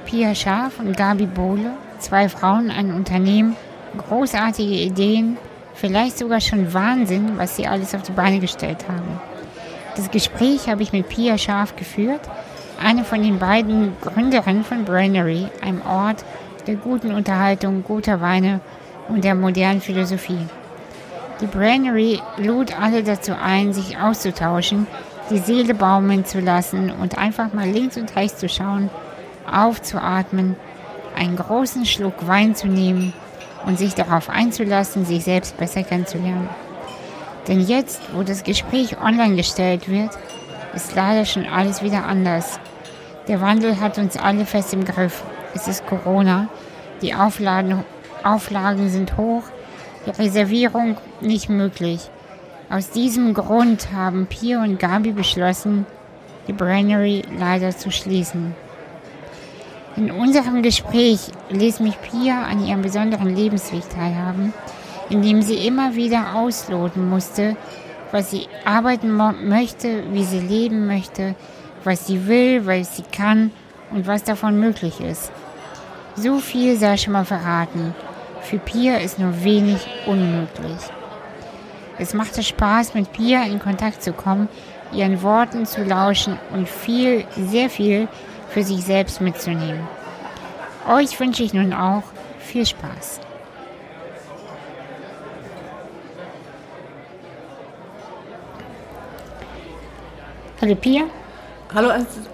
Pia Scharf und Gabi Bohle, 2 Frauen, ein Unternehmen, großartige Ideen, vielleicht sogar schon Wahnsinn, was sie alles auf die Beine gestellt haben. Das Gespräch habe ich mit Pia Scharf geführt, eine von den beiden Gründerinnen von Brainery, einem Ort der guten Unterhaltung, guter Weine und der modernen Philosophie. Die Brainery lud alle dazu ein, sich auszutauschen, die Seele baumeln zu lassen und einfach mal links und rechts zu schauen, aufzuatmen, einen großen Schluck Wein zu nehmen und sich darauf einzulassen, sich selbst besser kennenzulernen. Denn jetzt, wo das Gespräch online gestellt wird, ist leider schon alles wieder anders. Der Wandel hat uns alle fest im Griff. Es ist Corona, die Auflagen sind hoch, die Reservierung nicht möglich. Aus diesem Grund haben Pia und Gabi beschlossen, die Brainery leider zu schließen. In unserem Gespräch ließ mich Pia an ihrem besonderen Lebensweg teilhaben, in dem sie immer wieder ausloten musste, was sie arbeiten möchte, wie sie leben möchte, was sie will, was sie kann und was davon möglich ist. So viel sei schon mal verraten. Für Pia ist nur wenig unmöglich. Es machte Spaß, mit Pia in Kontakt zu kommen, ihren Worten zu lauschen und sehr viel für sich selbst mitzunehmen. Euch wünsche ich nun auch viel Spaß. Hallo Pia. Hallo,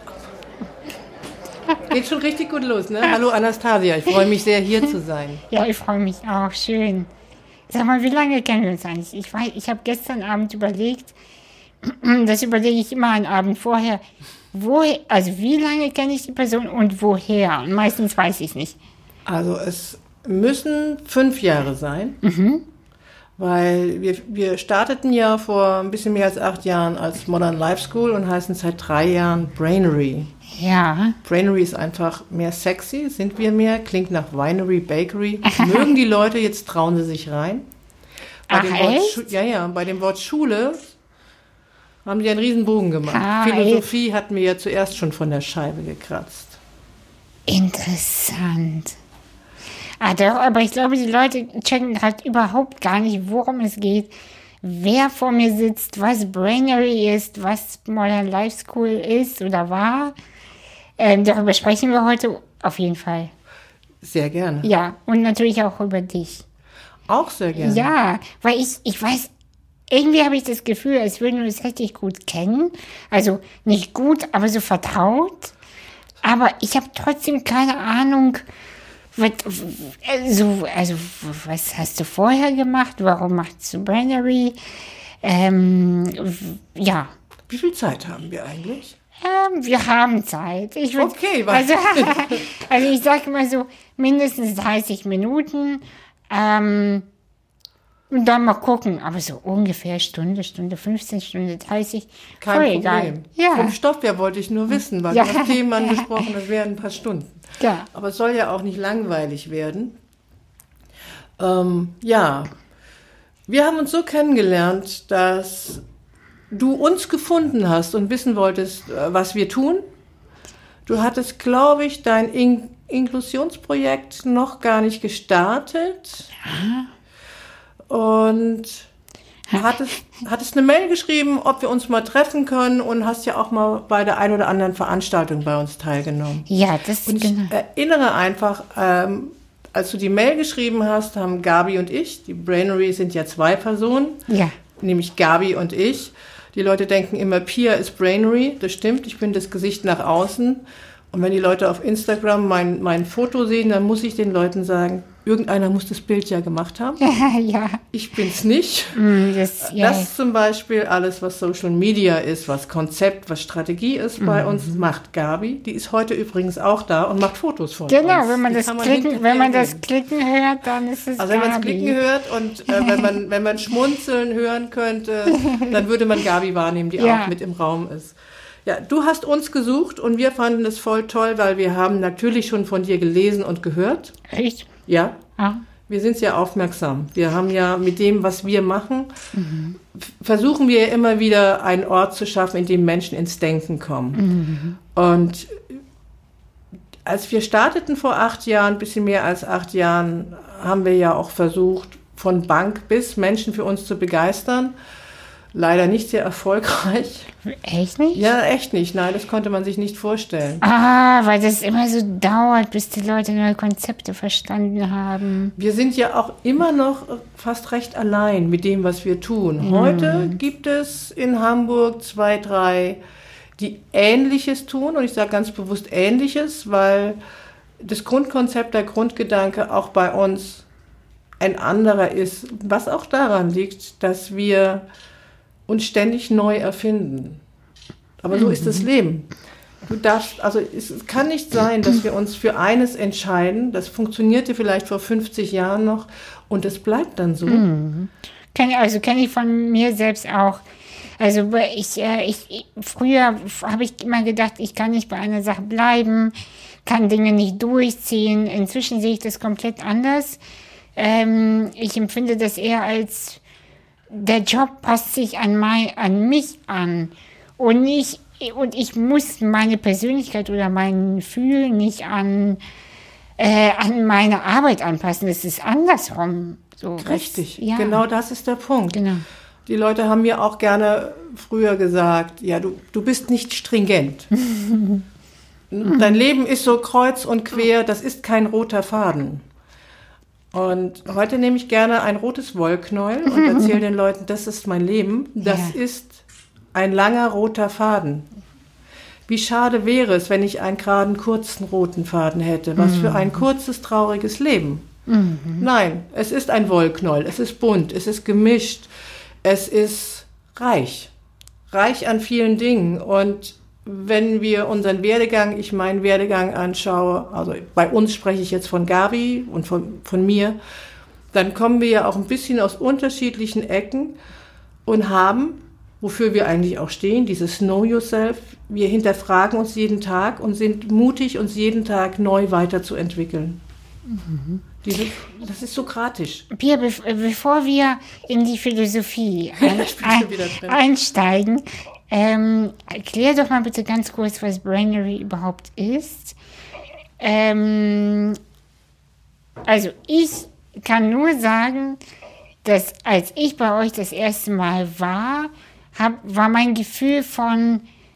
geht schon richtig gut los, ne? Hallo Anastasia, ich freue mich sehr, hier zu sein. Ja, ich freue mich auch, schön. Sag mal, wie lange kennen wir uns eigentlich? Ich habe gestern Abend überlegt, das überlege ich immer einen Abend vorher, wie lange kenne ich die Person und woher? Und meistens weiß ich es nicht. Also es müssen 5 Jahre sein, weil wir starteten ja vor ein bisschen mehr als 8 Jahren als Modern Life School und heißen seit 3 Jahren Brainery. Ja. Brainery ist einfach mehr sexy, sind wir mehr, klingt nach Winery, Bakery. Mögen die Leute, jetzt trauen sie sich rein. Bei dem Wort Schule haben die einen riesen Bogen gemacht. Philosophie hatten wir ja zuerst schon von der Scheibe gekratzt. Interessant. Aber ich glaube, die Leute checken halt überhaupt gar nicht, worum es geht, wer vor mir sitzt, was Brainery ist, was Modern Life School ist oder war. Darüber sprechen wir heute auf jeden Fall. Sehr gerne. Ja, und natürlich auch über dich. Auch sehr gerne. Ja, weil ich weiß, irgendwie habe ich das Gefühl, als würden wir uns richtig gut kennen. Also nicht gut, aber so vertraut. Aber ich habe trotzdem keine Ahnung, was hast du vorher gemacht? Warum machst du Brainery? Ja. Wie viel Zeit haben wir eigentlich? Wir haben Zeit. Okay, also ich sage mal so, mindestens 30 Minuten. Und dann mal gucken. Aber so ungefähr Stunde 15, Stunde 30. Kein Problem. Egal. Ja. Vom Stoff her wollte ich nur wissen, weil das Thema angesprochen, das wären ein paar Stunden. Ja. Aber es soll ja auch nicht langweilig werden. Wir haben uns so kennengelernt, dass du uns gefunden hast und wissen wolltest, was wir tun. Du hattest, glaube ich, dein Inklusionsprojekt noch gar nicht gestartet. Ja. Und hattest eine Mail geschrieben, ob wir uns mal treffen können und hast ja auch mal bei der ein oder anderen Veranstaltung bei uns teilgenommen. Ja, das und ich erinnere einfach, als du die Mail geschrieben hast, haben Gabi und ich, die Brainery sind ja 2 Personen, nämlich Gabi und ich. Die Leute denken immer, Pia ist Brainery, das stimmt, ich bin das Gesicht nach außen. Und wenn die Leute auf Instagram mein Foto sehen, dann muss ich den Leuten sagen, irgendeiner muss das Bild ja gemacht haben. Ja. Ich bin's nicht. Das zum Beispiel alles, was Social Media ist, was Konzept, was Strategie ist bei uns, macht Gabi. Die ist heute übrigens auch da und macht Fotos von uns. Genau, wenn man das Klicken hört, dann ist es Also wenn man das Klicken hört und wenn man Schmunzeln hören könnte, dann würde man Gabi wahrnehmen, die auch mit im Raum ist. Ja, du hast uns gesucht und wir fanden es voll toll, weil wir haben natürlich schon von dir gelesen und gehört. Echt? Ja. Wir sind sehr aufmerksam. Wir haben ja mit dem, was wir machen, versuchen wir immer wieder einen Ort zu schaffen, in dem Menschen ins Denken kommen. Und als wir starteten vor 8 Jahren, ein bisschen mehr als 8 Jahren, haben wir ja auch versucht, von Bank bis Menschen für uns zu begeistern. Leider nicht sehr erfolgreich. Echt nicht? Ja, echt nicht. Nein, das konnte man sich nicht vorstellen. Weil das immer so dauert, bis die Leute neue Konzepte verstanden haben. Wir sind ja auch immer noch fast recht allein mit dem, was wir tun. Heute gibt es in Hamburg 2, 3, die Ähnliches tun. Und ich sage ganz bewusst Ähnliches, weil das Grundkonzept, der Grundgedanke auch bei uns ein anderer ist. Was auch daran liegt, dass wir uns ständig neu erfinden. Aber so ist das Leben. Es kann nicht sein, dass wir uns für eines entscheiden. Das funktionierte vielleicht vor 50 Jahren noch und es bleibt dann so. Kenne ich von mir selbst auch. Also früher habe ich immer gedacht, ich kann nicht bei einer Sache bleiben, kann Dinge nicht durchziehen. Inzwischen sehe ich das komplett anders. Ich empfinde das eher als der Job passt sich an mich an und ich muss meine Persönlichkeit oder mein Gefühl nicht an meine Arbeit anpassen. Das ist andersrum. So, richtig, genau das ist der Punkt. Genau. Die Leute haben mir auch gerne früher gesagt, ja, du bist nicht stringent. Dein Leben ist so kreuz und quer, das ist kein roter Faden. Und heute nehme ich gerne ein rotes Wollknäuel und erzähle den Leuten, das ist mein Leben. Das ist ein langer roter Faden. Wie schade wäre es, wenn ich einen geraden, kurzen roten Faden hätte. Was für ein kurzes, trauriges Leben. Nein, es ist ein Wollknäuel. Es ist bunt, es ist gemischt, es ist reich. Reich an vielen Dingen. Und wenn wir unseren Werdegang, ich meinen Werdegang anschaue, also bei uns spreche ich jetzt von Gabi und von mir, dann kommen wir ja auch ein bisschen aus unterschiedlichen Ecken und haben, wofür wir eigentlich auch stehen, dieses Know Yourself. Wir hinterfragen uns jeden Tag und sind mutig, uns jeden Tag neu weiterzuentwickeln. Das ist sokratisch. Pia, bevor wir in die Philosophie einsteigen, erklär doch mal bitte ganz kurz, was Brainery überhaupt ist. Also ich kann nur sagen, dass als ich bei euch das erste Mal war mein Gefühl von,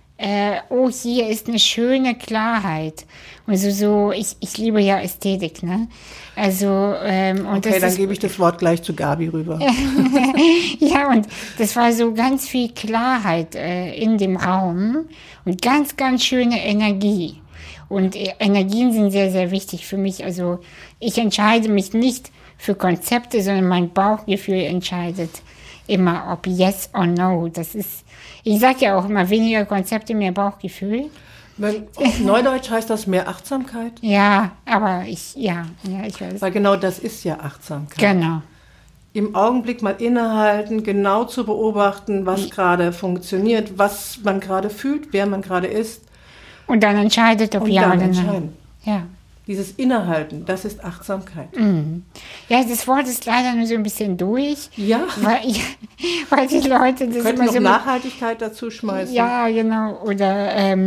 hier ist eine schöne Klarheit. Also ich liebe ja Ästhetik, ne? Also, und okay, dann gebe ich das Wort gleich zu Gabi rüber. Ja, und das war so ganz viel Klarheit in dem Raum und ganz, ganz schöne Energie. Und Energien sind sehr, sehr wichtig für mich. Also ich entscheide mich nicht für Konzepte, sondern mein Bauchgefühl entscheidet immer, ob yes or no. Ich sage ja auch immer, weniger Konzepte, mehr Bauchgefühl. Auf Neudeutsch heißt das mehr Achtsamkeit? Ja, aber ich weiß. Weil genau das ist ja Achtsamkeit. Genau. Im Augenblick mal innehalten, genau zu beobachten, was gerade funktioniert, was man gerade fühlt, wer man gerade ist. Und dann entscheidet, ob ja oder nein. Ja. Dieses Innehalten, das ist Achtsamkeit. Mhm. Ja, das Wort ist leider nur so ein bisschen durch. Ja. Weil die Leute das könnten immer noch so Nachhaltigkeit dazu schmeißen. Ja, genau. Oder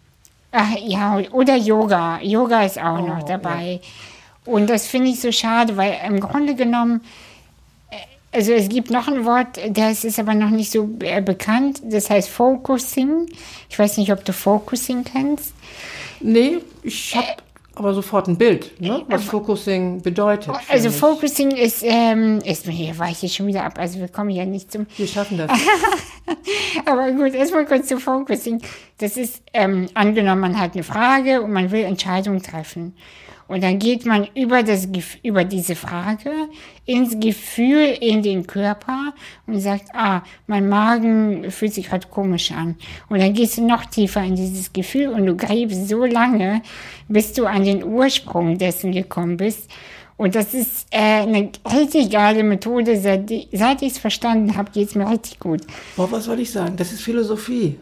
oder Yoga. Yoga ist auch noch dabei. Ja. Und das finde ich so schade, weil im Grunde genommen, also es gibt noch ein Wort, das ist aber noch nicht so bekannt, das heißt Focusing. Ich weiß nicht, ob du Focusing kennst. Nee, ich habe aber sofort ein Bild, ne? Was Focusing bedeutet. Also Focusing ist, hier weiche ich schon wieder ab, also wir kommen ja nicht zum... Wir schaffen das. Aber gut, erstmal kurz zu Focusing. Das ist, angenommen, man hat eine Frage und man will Entscheidungen treffen. Und dann geht man über diese Frage ins Gefühl, in den Körper und sagt, mein Magen fühlt sich gerade komisch an. Und dann gehst du noch tiefer in dieses Gefühl und du gräbst so lange, bis du an den Ursprung dessen gekommen bist. Und das ist eine richtig geile Methode. Seit ich es verstanden habe, geht es mir richtig gut. Boah, was soll ich sagen? Das ist Philosophie.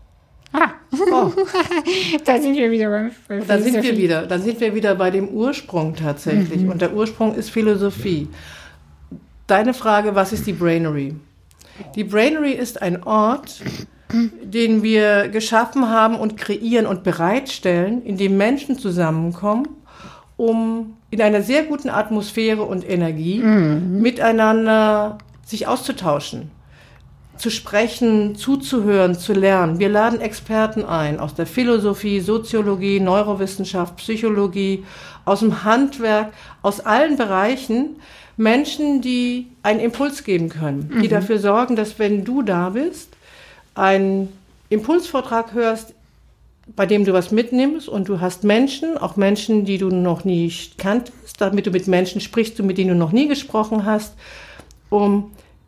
Oh. Da sind wir wieder beim Philosophie. Da sind wir wieder bei dem Ursprung tatsächlich. Mhm. Und der Ursprung ist Philosophie. Deine Frage, was ist die Brainery? Die Brainery ist ein Ort, den wir geschaffen haben und kreieren und bereitstellen, in dem Menschen zusammenkommen, um in einer sehr guten Atmosphäre und Energie miteinander sich auszutauschen, zu sprechen, zuzuhören, zu lernen. Wir laden Experten ein aus der Philosophie, Soziologie, Neurowissenschaft, Psychologie, aus dem Handwerk, aus allen Bereichen, Menschen, die einen Impuls geben können, die dafür sorgen, dass wenn du da bist, einen Impulsvortrag hörst, bei dem du was mitnimmst und du hast Menschen, auch Menschen, die du noch nie kanntest, damit du mit Menschen sprichst, mit denen du noch nie gesprochen hast, um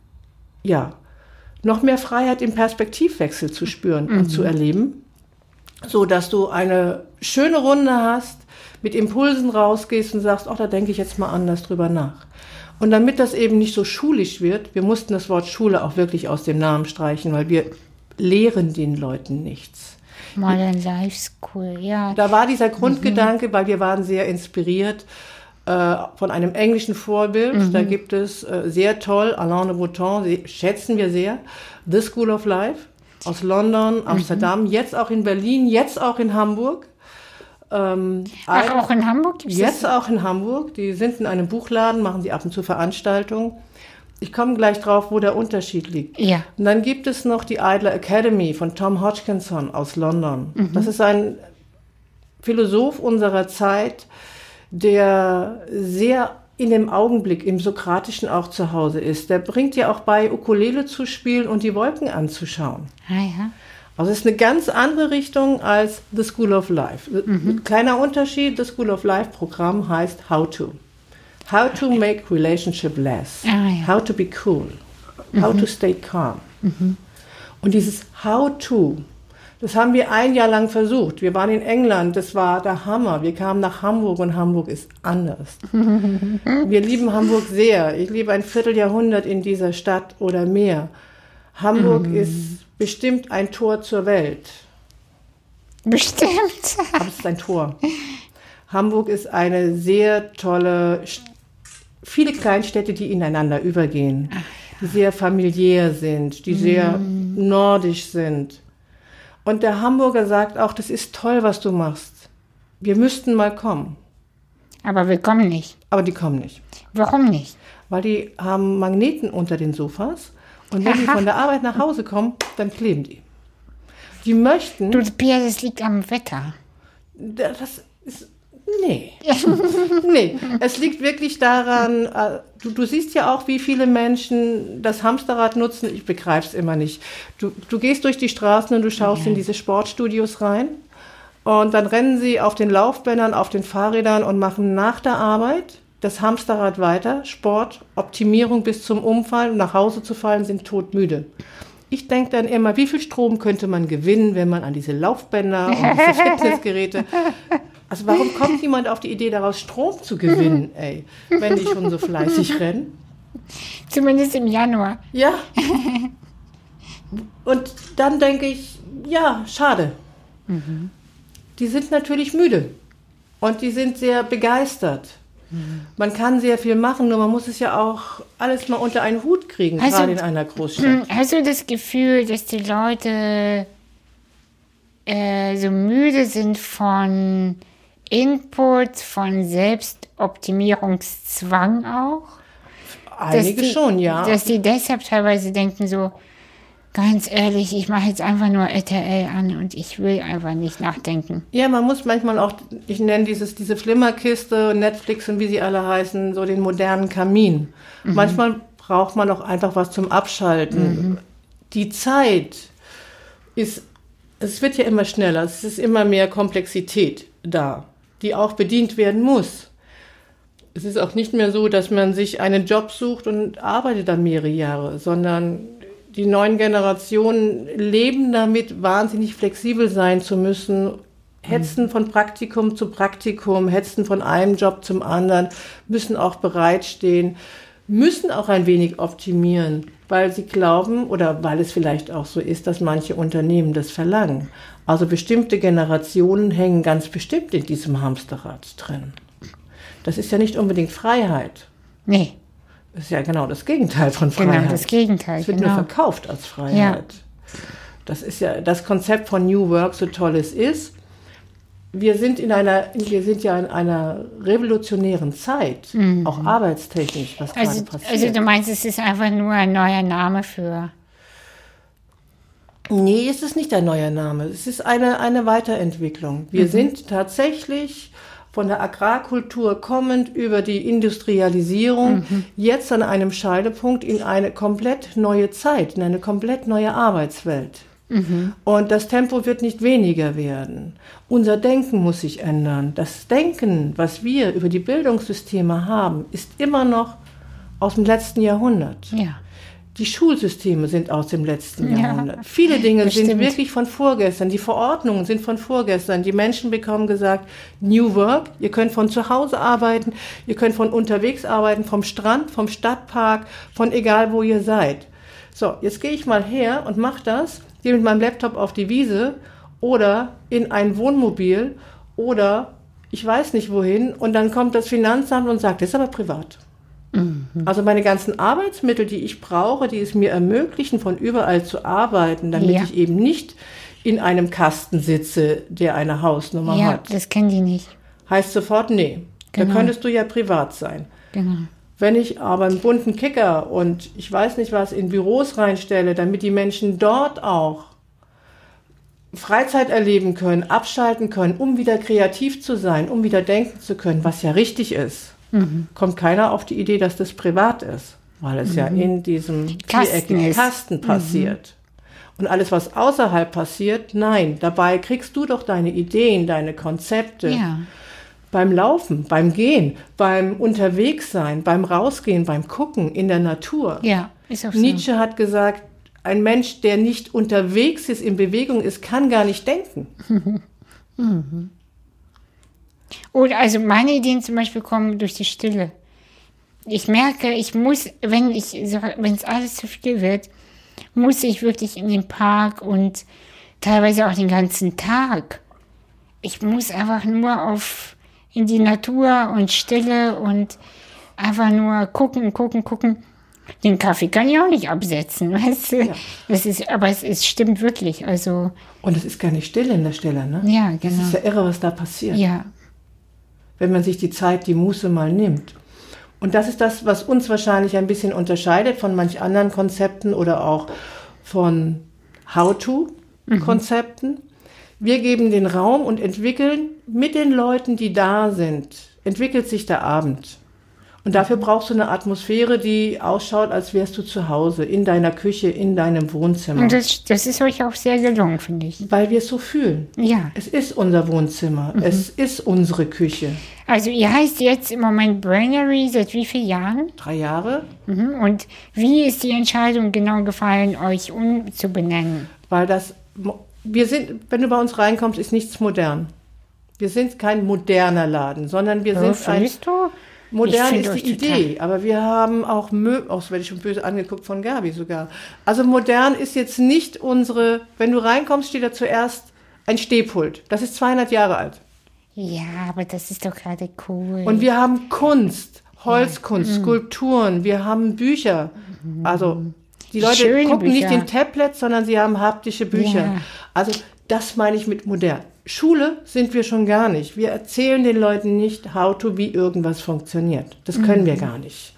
noch mehr Freiheit im Perspektivwechsel zu spüren und zu erleben, so dass du eine schöne Runde hast, mit Impulsen rausgehst und sagst, da denke ich jetzt mal anders drüber nach. Und damit das eben nicht so schulisch wird, wir mussten das Wort Schule auch wirklich aus dem Namen streichen, weil wir lehren den Leuten nichts. Modern Life School, ja. Da war dieser Grundgedanke, weil wir waren sehr inspiriert von einem englischen Vorbild. Da gibt es sehr toll, Alain de Botton, schätzen wir sehr, The School of Life aus London, Amsterdam, jetzt auch in Berlin, jetzt auch in Hamburg. Auch in Hamburg gibt es jetzt auch in Hamburg. Die sind in einem Buchladen, machen sie ab und zu Veranstaltungen. Ich komme gleich drauf, wo der Unterschied liegt. Ja. Und dann gibt es noch die Idler Academy von Tom Hodgkinson aus London. Das ist ein Philosoph unserer Zeit, der sehr in dem Augenblick, im Sokratischen auch zu Hause ist. Der bringt dir auch bei, Ukulele zu spielen und die Wolken anzuschauen. Ah, ja. Also es ist eine ganz andere Richtung als The School of Life. Kleiner Unterschied, The School of Life Programm heißt How to. How to make relationship last. Ah, ja. How to be cool. How to stay calm. Und dieses How to, das haben wir ein Jahr lang versucht. Wir waren in England, das war der Hammer. Wir kamen nach Hamburg und Hamburg ist anders. Wir lieben Hamburg sehr. Ich lebe ein Vierteljahrhundert in dieser Stadt oder mehr. Hamburg ist bestimmt ein Tor zur Welt. Bestimmt. Aber es ist ein Tor. Hamburg ist eine sehr tolle, viele Kleinstädte, die ineinander übergehen, die sehr familiär sind, die sehr nordisch sind. Und der Hamburger sagt auch, das ist toll, was du machst. Wir müssten mal kommen. Aber wir kommen nicht. Aber die kommen nicht. Warum nicht? Weil die haben Magneten unter den Sofas. Und wenn die von der Arbeit nach Hause kommen, dann kleben die. Die möchten... Du, Pia, das liegt am Wetter. Das ist... Nee. Nee, es liegt wirklich daran, du siehst ja auch, wie viele Menschen das Hamsterrad nutzen. Ich begreife es immer nicht. Du gehst durch die Straßen und du schaust in diese Sportstudios rein und dann rennen sie auf den Laufbändern, auf den Fahrrädern und machen nach der Arbeit das Hamsterrad weiter. Sport, Optimierung bis zum Umfallen, nach Hause zu fallen, sind todmüde. Ich denke dann immer, wie viel Strom könnte man gewinnen, wenn man an diese Laufbänder und diese Fitnessgeräte... Also warum kommt jemand auf die Idee, daraus Strom zu gewinnen, wenn die schon so fleißig rennen? Zumindest im Januar. Ja. Und dann denke ich, ja, schade. Die sind natürlich müde und die sind sehr begeistert. Man kann sehr viel machen, nur man muss es ja auch alles mal unter einen Hut kriegen, gerade in einer Großstadt. Hast du das Gefühl, dass die Leute so müde sind von Inputs, von Selbstoptimierungszwang auch? Einige schon, ja. Dass die deshalb teilweise denken so, ganz ehrlich, ich mache jetzt einfach nur RTL an und ich will einfach nicht nachdenken. Ja, man muss manchmal auch, ich nenne diese Flimmerkiste, Netflix und wie sie alle heißen, so den modernen Kamin. Manchmal braucht man auch einfach was zum Abschalten. Die Zeit ist, es wird ja immer schneller, es ist immer mehr Komplexität da, die auch bedient werden muss. Es ist auch nicht mehr so, dass man sich einen Job sucht und arbeitet dann mehrere Jahre, sondern die neuen Generationen leben damit, wahnsinnig flexibel sein zu müssen, hetzen von Praktikum zu Praktikum, hetzen von einem Job zum anderen, müssen auch bereitstehen, müssen auch ein wenig optimieren, weil sie glauben oder weil es vielleicht auch so ist, dass manche Unternehmen das verlangen. Also bestimmte Generationen hängen ganz bestimmt in diesem Hamsterrad drin. Das ist ja nicht unbedingt Freiheit. Nee. Das ist ja genau das Gegenteil von Freiheit. Genau, das Gegenteil. Es wird nur verkauft als Freiheit. Das ist ja das Konzept von New Work, so toll es ist. Wir sind ja in einer revolutionären Zeit, auch arbeitstechnisch, was gerade passiert. Also du meinst, es ist einfach nur ein neuer Name für... Nee, es ist nicht ein neuer Name. Es ist eine Weiterentwicklung. Wir sind tatsächlich von der Agrarkultur kommend über die Industrialisierung jetzt an einem Scheidepunkt in eine komplett neue Zeit, in eine komplett neue Arbeitswelt. Und das Tempo wird nicht weniger werden. Unser Denken muss sich ändern. Das Denken, was wir über die Bildungssysteme haben, ist immer noch aus dem letzten Jahrhundert. Ja. Die Schulsysteme sind aus dem letzten Jahrhundert. Viele Dinge sind wirklich von vorgestern. Die Verordnungen sind von vorgestern. Die Menschen bekommen gesagt, New Work, ihr könnt von zu Hause arbeiten, ihr könnt von unterwegs arbeiten, vom Strand, vom Stadtpark, von egal wo ihr seid. So, jetzt gehe ich mal her und mache das, gehe mit meinem Laptop auf die Wiese oder in ein Wohnmobil oder ich weiß nicht wohin und dann kommt das Finanzamt und sagt, das ist aber privat. Also meine ganzen Arbeitsmittel, die ich brauche, die es mir ermöglichen, von überall zu arbeiten, damit ich eben nicht in einem Kasten sitze, der eine Hausnummer hat. Ja, das kennen die nicht. Heißt sofort, nee, da könntest du ja privat sein. Genau. Wenn ich aber einen bunten Kicker und ich weiß nicht was in Büros reinstelle, damit die Menschen dort auch Freizeit erleben können, abschalten können, um wieder kreativ zu sein, um wieder denken zu können, was ja richtig ist, kommt keiner auf die Idee, dass das privat ist, weil es ja in diesem viereckigen Kasten passiert. Und alles, was außerhalb passiert, nein, dabei kriegst du doch deine Ideen, deine Konzepte. Ja. Beim Laufen, beim Gehen, beim Unterwegssein, beim Rausgehen, beim Gucken in der Natur. Ja, ist auch so. Nietzsche hat gesagt, ein Mensch, der nicht unterwegs ist, in Bewegung ist, kann gar nicht denken. Oder also meine Ideen zum Beispiel kommen durch die Stille. Ich merke, ich muss, wenn es alles zu viel wird, muss ich wirklich in den Park und teilweise auch den ganzen Tag. Ich muss einfach nur in die Natur und Stille und einfach nur gucken. Den Kaffee kann ich auch nicht absetzen, weißt du? Ja. Aber es stimmt wirklich, also. Und es ist gar nicht still in der Stille, ne? Ja, genau. Das ist ja irre, was da passiert. Ja. Wenn man sich die Zeit, die Muße mal nimmt. Und das ist das, was uns wahrscheinlich ein bisschen unterscheidet von manch anderen Konzepten oder auch von How-to-Konzepten. Wir geben den Raum und entwickeln mit den Leuten, die da sind, entwickelt sich der Abend. Und dafür brauchst du eine Atmosphäre, die ausschaut, als wärst du zu Hause, in deiner Küche, in deinem Wohnzimmer. Und das ist euch auch sehr gelungen, finde ich. Weil wir es so fühlen. Ja. Es ist unser Wohnzimmer, es ist unsere Küche. Also ihr heißt jetzt im Moment Brainery seit wie vielen Jahren? 3 Jahre. Und wie ist die Entscheidung genau gefallen, euch umzubenennen? Weil wenn du bei uns reinkommst, ist nichts modern. Wir sind kein moderner Laden, sondern wir sind ein... Modern ist die Idee, aber wir haben auch das werde ich schon böse angeguckt von Gabi sogar. Also modern ist jetzt nicht wenn du reinkommst, steht da zuerst ein Stehpult. Das ist 200 Jahre alt. Ja, aber das ist doch gerade cool. Und wir haben Kunst, Holzkunst, Skulpturen, wir haben Bücher. Also die Leute schöne gucken Bücher. nicht in Tablets, sondern sie haben haptische Bücher. Ja. Also das meine ich mit modern. Schule sind wir schon gar nicht. Wir erzählen den Leuten nicht, wie irgendwas funktioniert. Das können wir gar nicht.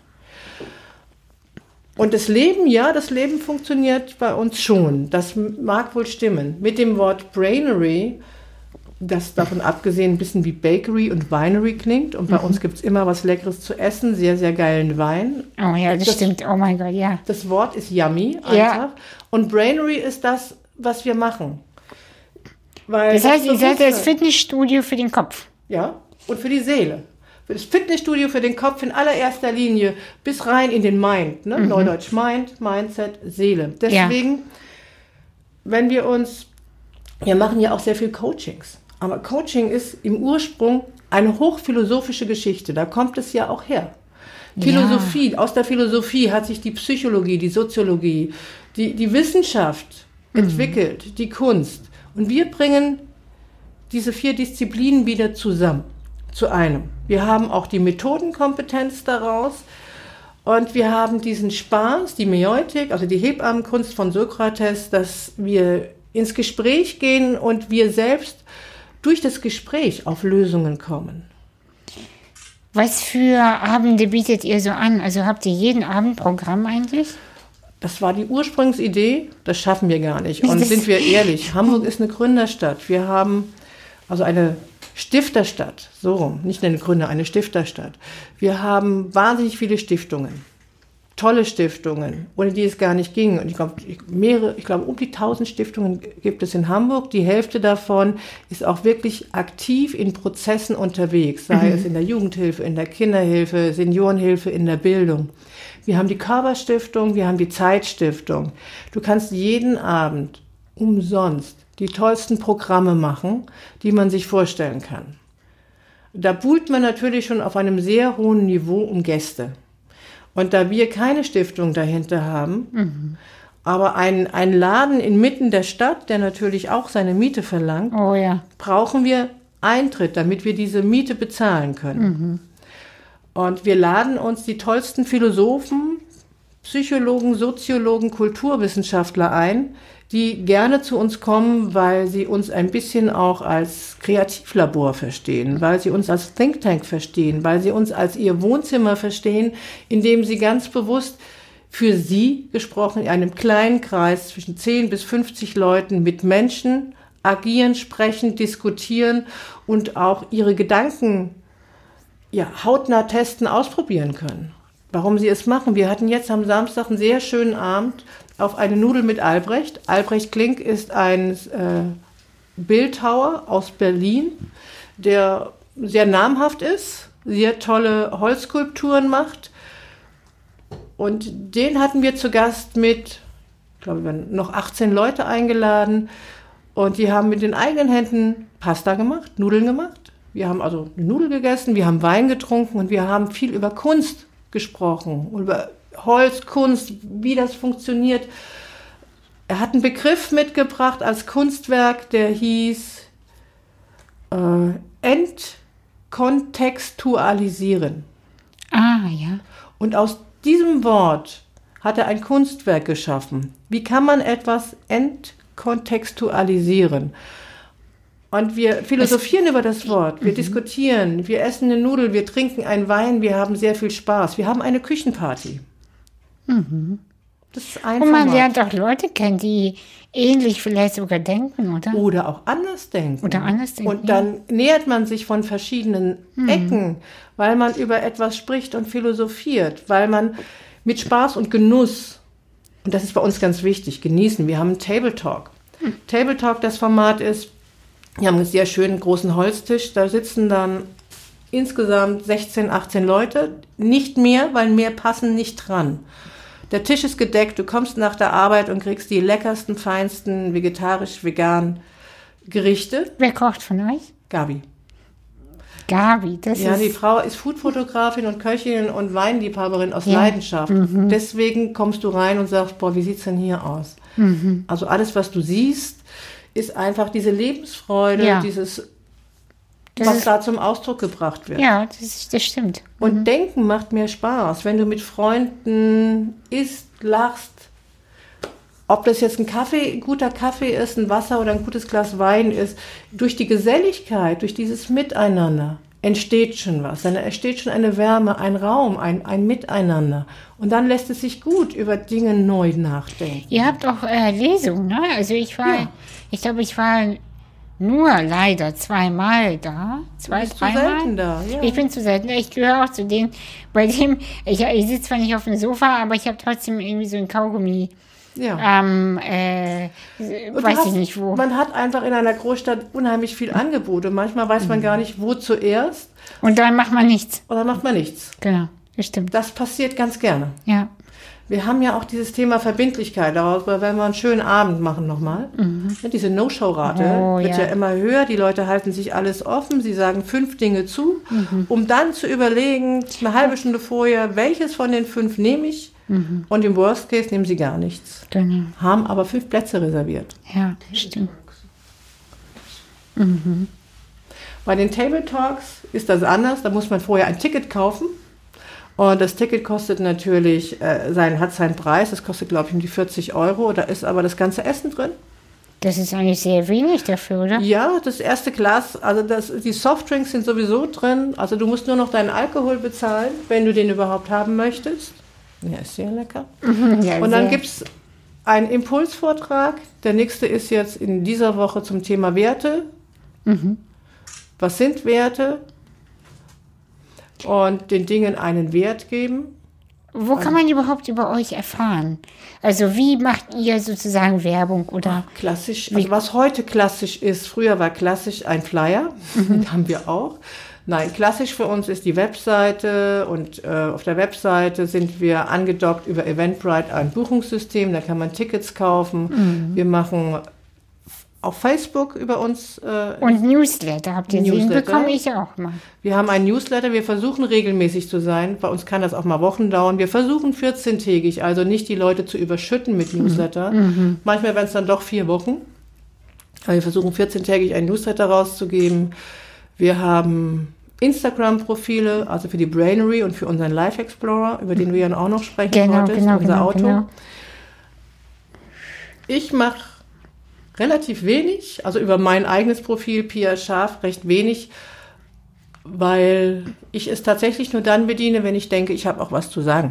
Und das Leben funktioniert bei uns schon. Das mag wohl stimmen. Mit dem Wort Brainery, das davon abgesehen ein bisschen wie Bakery und Winery klingt. Und bei uns gibt es immer was Leckeres zu essen, sehr, sehr geilen Wein. Oh ja, das stimmt. Oh mein Gott, ja. Das Wort ist yummy einfach. Ja. Und Brainery ist das, was wir machen. Weil das heißt, ihr seid das Fitnessstudio für den Kopf. Ja, und für die Seele. Für das Fitnessstudio für den Kopf in allererster Linie bis rein in den Mind. Ne? Neudeutsch Mind, Mindset, Seele. Deswegen, wir machen ja auch sehr viel Coachings. Aber Coaching ist im Ursprung eine hochphilosophische Geschichte. Da kommt es ja auch her. Philosophie, aus der Philosophie hat sich die Psychologie, die Soziologie, die Wissenschaft entwickelt, die Kunst. Und wir bringen diese 4 Disziplinen wieder zusammen, zu einem. Wir haben auch die Methodenkompetenz daraus Und wir haben diesen Spaß, die Meutik, also die Hebammenkunst von Sokrates, dass wir ins Gespräch gehen und wir selbst durch das Gespräch auf Lösungen kommen. Was für Abende bietet ihr so an? Also habt ihr jeden Abend Programm eigentlich? Das war die Ursprungsidee, das schaffen wir gar nicht. Und sind wir ehrlich, Hamburg ist eine Gründerstadt. Wir haben also eine Stifterstadt, so rum, nicht eine Gründer, eine Stifterstadt. Wir haben wahnsinnig viele Stiftungen, tolle Stiftungen, ohne die es gar nicht ging. Und ich glaube, um die 1000 Stiftungen gibt es in Hamburg. Die Hälfte davon ist auch wirklich aktiv in Prozessen unterwegs, sei es in der Jugendhilfe, in der Kinderhilfe, Seniorenhilfe, in der Bildung. Wir haben die Körperstiftung, wir haben die Zeitstiftung. Du kannst jeden Abend umsonst die tollsten Programme machen, die man sich vorstellen kann. Da buhlt man natürlich schon auf einem sehr hohen Niveau um Gäste. Und da wir keine Stiftung dahinter haben, aber ein Laden inmitten der Stadt, der natürlich auch seine Miete verlangt, brauchen wir Eintritt, damit wir diese Miete bezahlen können. Und wir laden uns die tollsten Philosophen, Psychologen, Soziologen, Kulturwissenschaftler ein, die gerne zu uns kommen, weil sie uns ein bisschen auch als Kreativlabor verstehen, weil sie uns als Think Tank verstehen, weil sie uns als ihr Wohnzimmer verstehen, in dem sie ganz bewusst für sie gesprochen in einem kleinen Kreis zwischen 10 bis 50 Leuten mit Menschen agieren, sprechen, diskutieren und auch ihre Gedanken hautnah testen, ausprobieren können. Warum sie es machen. Wir hatten jetzt am Samstag einen sehr schönen Abend auf eine Nudel mit Albrecht. Albrecht Klink ist ein Bildhauer aus Berlin, der sehr namhaft ist, sehr tolle Holzskulpturen macht. Und den hatten wir zu Gast mit, ich glaube, wir haben noch 18 Leute eingeladen. Und die haben mit den eigenen Händen Pasta gemacht, Nudeln gemacht. Wir haben also eine Nudel gegessen, wir haben Wein getrunken und wir haben viel über Kunst gesprochen, über Holz, Kunst, wie das funktioniert. Er hat einen Begriff mitgebracht als Kunstwerk, der hieß Entkontextualisieren. Ah, ja. Und aus diesem Wort hat er ein Kunstwerk geschaffen. Wie kann man etwas entkontextualisieren? Und wir philosophieren über das Wort, wir diskutieren, wir essen eine Nudel, wir trinken einen Wein, wir haben sehr viel Spaß. Wir haben eine Küchenparty. Das ist einfach. Und man lernt auch Leute kennen, die ähnlich vielleicht sogar denken, oder? Oder auch anders denken. Und dann nähert man sich von verschiedenen Ecken, weil man über etwas spricht und philosophiert, weil man mit Spaß und Genuss, und das ist bei uns ganz wichtig, genießen. Wir haben einen Table Talk. Table Talk, das Format ist, wir haben einen sehr schönen großen Holztisch, da sitzen dann insgesamt 16, 18 Leute, nicht mehr, weil mehr passen nicht dran. Der Tisch ist gedeckt, du kommst nach der Arbeit und kriegst die leckersten, feinsten, vegetarisch-veganen Gerichte. Wer kocht von euch? Gabi. Gabi, das ist... Ja, die Frau ist Foodfotografin und Köchin und Weinliebhaberin aus Leidenschaft. Deswegen kommst du rein und sagst, boah, wie sieht's denn hier aus? Also alles, was du siehst, ist einfach diese Lebensfreude, was da zum Ausdruck gebracht wird. Ja, das stimmt. Und Denken macht mehr Spaß, wenn du mit Freunden isst, lachst. Ob das jetzt ein guter Kaffee ist, ein Wasser oder ein gutes Glas Wein ist, durch die Geselligkeit, durch dieses Miteinander entsteht schon was. Dann entsteht schon eine Wärme, ein Raum, ein Miteinander. Und dann lässt es sich gut über Dinge neu nachdenken. Ihr habt auch Lesungen, ne? Also ich glaube, ich war nur leider zweimal da. Du bist zu selten da, ja. Ich bin zu selten da. Ich gehöre auch zu denen, bei dem, ich sitze zwar nicht auf dem Sofa, aber ich habe trotzdem irgendwie so ein Kaugummi. Ja. Weiß ich nicht wo. Man hat einfach in einer Großstadt unheimlich viel Angebote. Manchmal weiß man gar nicht, wo zuerst. Und dann macht man nichts. Und dann macht man nichts. Genau, das stimmt. Das passiert ganz gerne. Ja. Wir haben ja auch dieses Thema Verbindlichkeit, darüber werden wir einen schönen Abend machen nochmal. Ja, diese No-Show-Rate wird ja immer höher, die Leute halten sich alles offen, sie sagen 5 Dinge zu, um dann zu überlegen, eine halbe Stunde vorher, welches von den 5 nehme ich, und im Worst Case nehmen sie gar nichts. Genau. Haben aber 5 Plätze reserviert. Ja, stimmt. Bei den Table Talks ist das anders, da muss man vorher ein Ticket kaufen. Und das Ticket kostet natürlich, hat seinen Preis, das kostet, glaube ich, um die 40 Euro. Da ist aber das ganze Essen drin. Das ist eigentlich sehr wenig dafür, oder? Ja, das erste Glas, also die Softdrinks sind sowieso drin. Also du musst nur noch deinen Alkohol bezahlen, wenn du den überhaupt haben möchtest. Ja, ist sehr lecker. Ja, und dann gibt es einen Impulsvortrag. Der nächste ist jetzt in dieser Woche zum Thema Werte. Was sind Werte? Und den Dingen einen Wert geben. Wo kann man überhaupt über euch erfahren? Also wie macht ihr sozusagen Werbung oder? Klassisch, also was heute klassisch ist, früher war klassisch ein Flyer, den haben wir auch. Nein, klassisch für uns ist die Webseite und auf der Webseite sind wir angedockt über Eventbrite, ein Buchungssystem, da kann man Tickets kaufen. Wir machen auf Facebook über uns. Und Newsletter habt ihr gesehen, bekomme ich auch mal. Wir haben einen Newsletter, wir versuchen regelmäßig zu sein. Bei uns kann das auch mal Wochen dauern. Wir versuchen 14-tägig, also nicht die Leute zu überschütten mit Newsletter. Manchmal werden es dann doch 4 Wochen. Aber wir versuchen 14-tägig einen Newsletter rauszugeben. Wir haben Instagram-Profile, also für die Brainery und für unseren Life Explorer, über den du ja auch noch sprechen wolltest, unser Auto. Genau. Ich mache relativ wenig, also über mein eigenes Profil, Pia Scharf, recht wenig, weil ich es tatsächlich nur dann bediene, wenn ich denke, ich habe auch was zu sagen.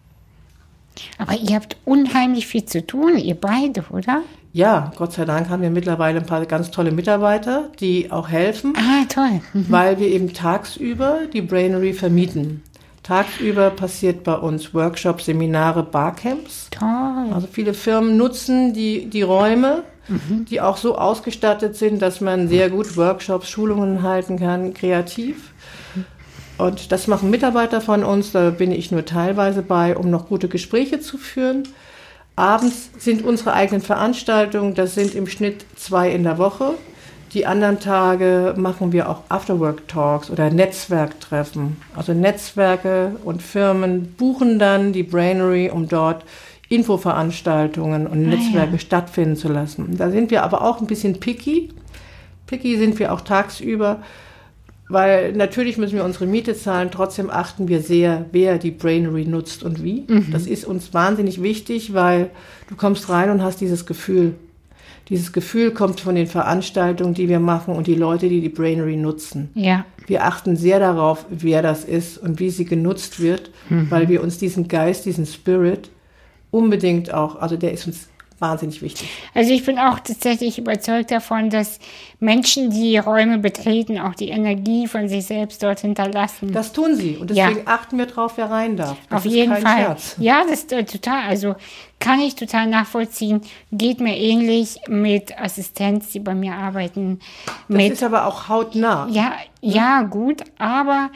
Aber ihr habt unheimlich viel zu tun, ihr beide, oder? Ja, Gott sei Dank haben wir mittlerweile ein paar ganz tolle Mitarbeiter, die auch helfen. Ah, toll. Weil wir eben tagsüber die Brainery vermieten. Tagsüber passiert bei uns Workshops, Seminare, Barcamps. Toll. Also viele Firmen nutzen die Räume, die auch so ausgestattet sind, dass man sehr gut Workshops, Schulungen halten kann, kreativ. Und das machen Mitarbeiter von uns, da bin ich nur teilweise bei, um noch gute Gespräche zu führen. Abends sind unsere eigenen Veranstaltungen, das sind im Schnitt 2 in der Woche. Die anderen Tage machen wir auch Afterwork-Talks oder Netzwerktreffen. Also Netzwerke und Firmen buchen dann die Brainery, um dort Infoveranstaltungen und Netzwerke stattfinden zu lassen. Da sind wir aber auch ein bisschen picky. Picky sind wir auch tagsüber, weil natürlich müssen wir unsere Miete zahlen, trotzdem achten wir sehr, wer die Brainery nutzt und wie. Das ist uns wahnsinnig wichtig, weil du kommst rein und hast dieses Gefühl. Dieses Gefühl kommt von den Veranstaltungen, die wir machen und die Leute, die die Brainery nutzen. Ja. Wir achten sehr darauf, wer das ist und wie sie genutzt wird, weil wir uns diesen Geist, diesen Spirit unbedingt auch, also der ist uns wahnsinnig wichtig. Also ich bin auch tatsächlich überzeugt davon, dass Menschen, die Räume betreten, auch die Energie von sich selbst dort hinterlassen. Das tun sie und deswegen achten wir drauf, wer rein darf. Das auf jeden Fall. Scherz. Ja, das ist total, also kann ich total nachvollziehen. Geht mir ähnlich mit Assistenz, die bei mir arbeiten. Das ist aber auch hautnah. Ja, gut, aber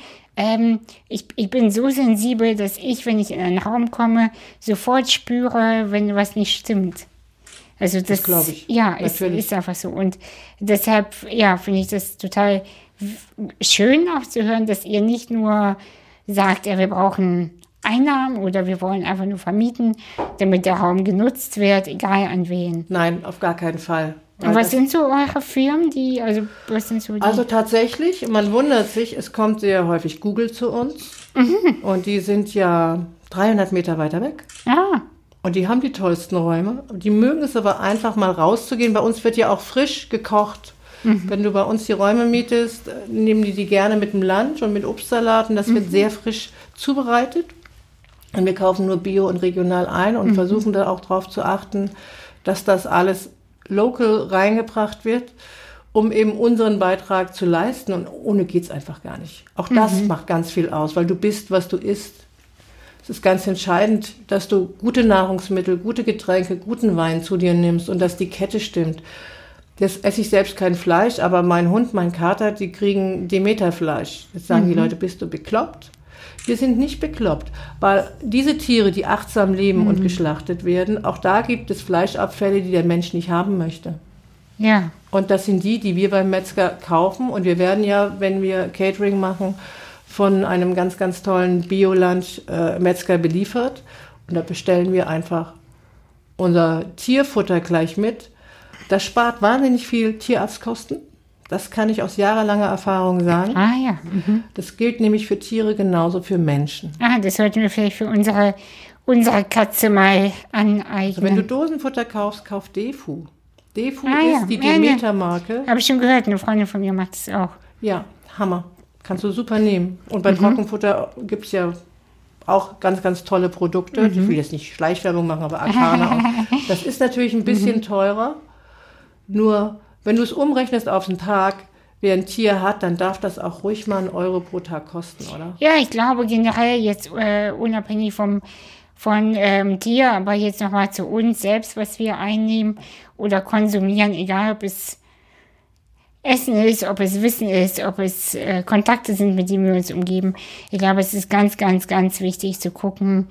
ich bin so sensibel, dass ich, wenn ich in einen Raum komme, sofort spüre, wenn was nicht stimmt. Also das glaube ich. Ja, es ist einfach so. Und deshalb, finde ich das total schön auch zu hören, dass ihr nicht nur sagt, wir brauchen Einnahmen oder wir wollen einfach nur vermieten, damit der Raum genutzt wird, egal an wen. Nein, auf gar keinen Fall. Und was sind so eure Firmen, Also tatsächlich, man wundert sich, es kommt sehr häufig Google zu uns und die sind ja 300 Meter weiter weg. Ah. Und die haben die tollsten Räume. Die mögen es aber einfach mal rauszugehen. Bei uns wird ja auch frisch gekocht. Wenn du bei uns die Räume mietest, nehmen die gerne mit dem Lunch und mit Obstsalaten. Das wird sehr frisch zubereitet. Und wir kaufen nur Bio und regional ein und versuchen da auch darauf zu achten, dass das alles local reingebracht wird, um eben unseren Beitrag zu leisten. Und ohne geht's einfach gar nicht. Auch das macht ganz viel aus, weil du bist, was du isst. Es ist ganz entscheidend, dass du gute Nahrungsmittel, gute Getränke, guten Wein zu dir nimmst und dass die Kette stimmt. Jetzt esse ich selbst kein Fleisch, aber mein Hund, mein Kater, die kriegen Demeterfleisch. Jetzt sagen die Leute, bist du bekloppt? Wir sind nicht bekloppt, weil diese Tiere, die achtsam leben und geschlachtet werden, auch da gibt es Fleischabfälle, die der Mensch nicht haben möchte. Ja. Und das sind die wir beim Metzger kaufen. Und wir werden ja, wenn wir Catering machen, von einem ganz, ganz tollen Bio-Lunch-Metzger beliefert. Und da bestellen wir einfach unser Tierfutter gleich mit. Das spart wahnsinnig viel Tierarztkosten. Das kann ich aus jahrelanger Erfahrung sagen. Ah ja. Das gilt nämlich für Tiere genauso für Menschen. Das sollten wir vielleicht für unsere Katze mal aneignen. Also wenn du Dosenfutter kaufst, kauf Defu. Defu ist die Demeter-Marke. Habe ich schon gehört, eine Freundin von mir macht es auch. Ja, Hammer. Kannst du super nehmen. Und bei Trockenfutter gibt es ja auch ganz, ganz tolle Produkte. Ich will jetzt nicht Schleichwerbung machen, aber Arcana auch. Das ist natürlich ein bisschen teurer. Nur, wenn du es umrechnest auf den Tag, wer ein Tier hat, dann darf das auch ruhig mal 1 Euro pro Tag kosten, oder? Ja, ich glaube generell jetzt unabhängig von Tier, aber jetzt nochmal zu uns selbst, was wir einnehmen oder konsumieren, egal ob es Essen ist, ob es Wissen ist, ob es Kontakte sind, mit denen wir uns umgeben. Ich glaube, es ist ganz, ganz, ganz wichtig zu gucken,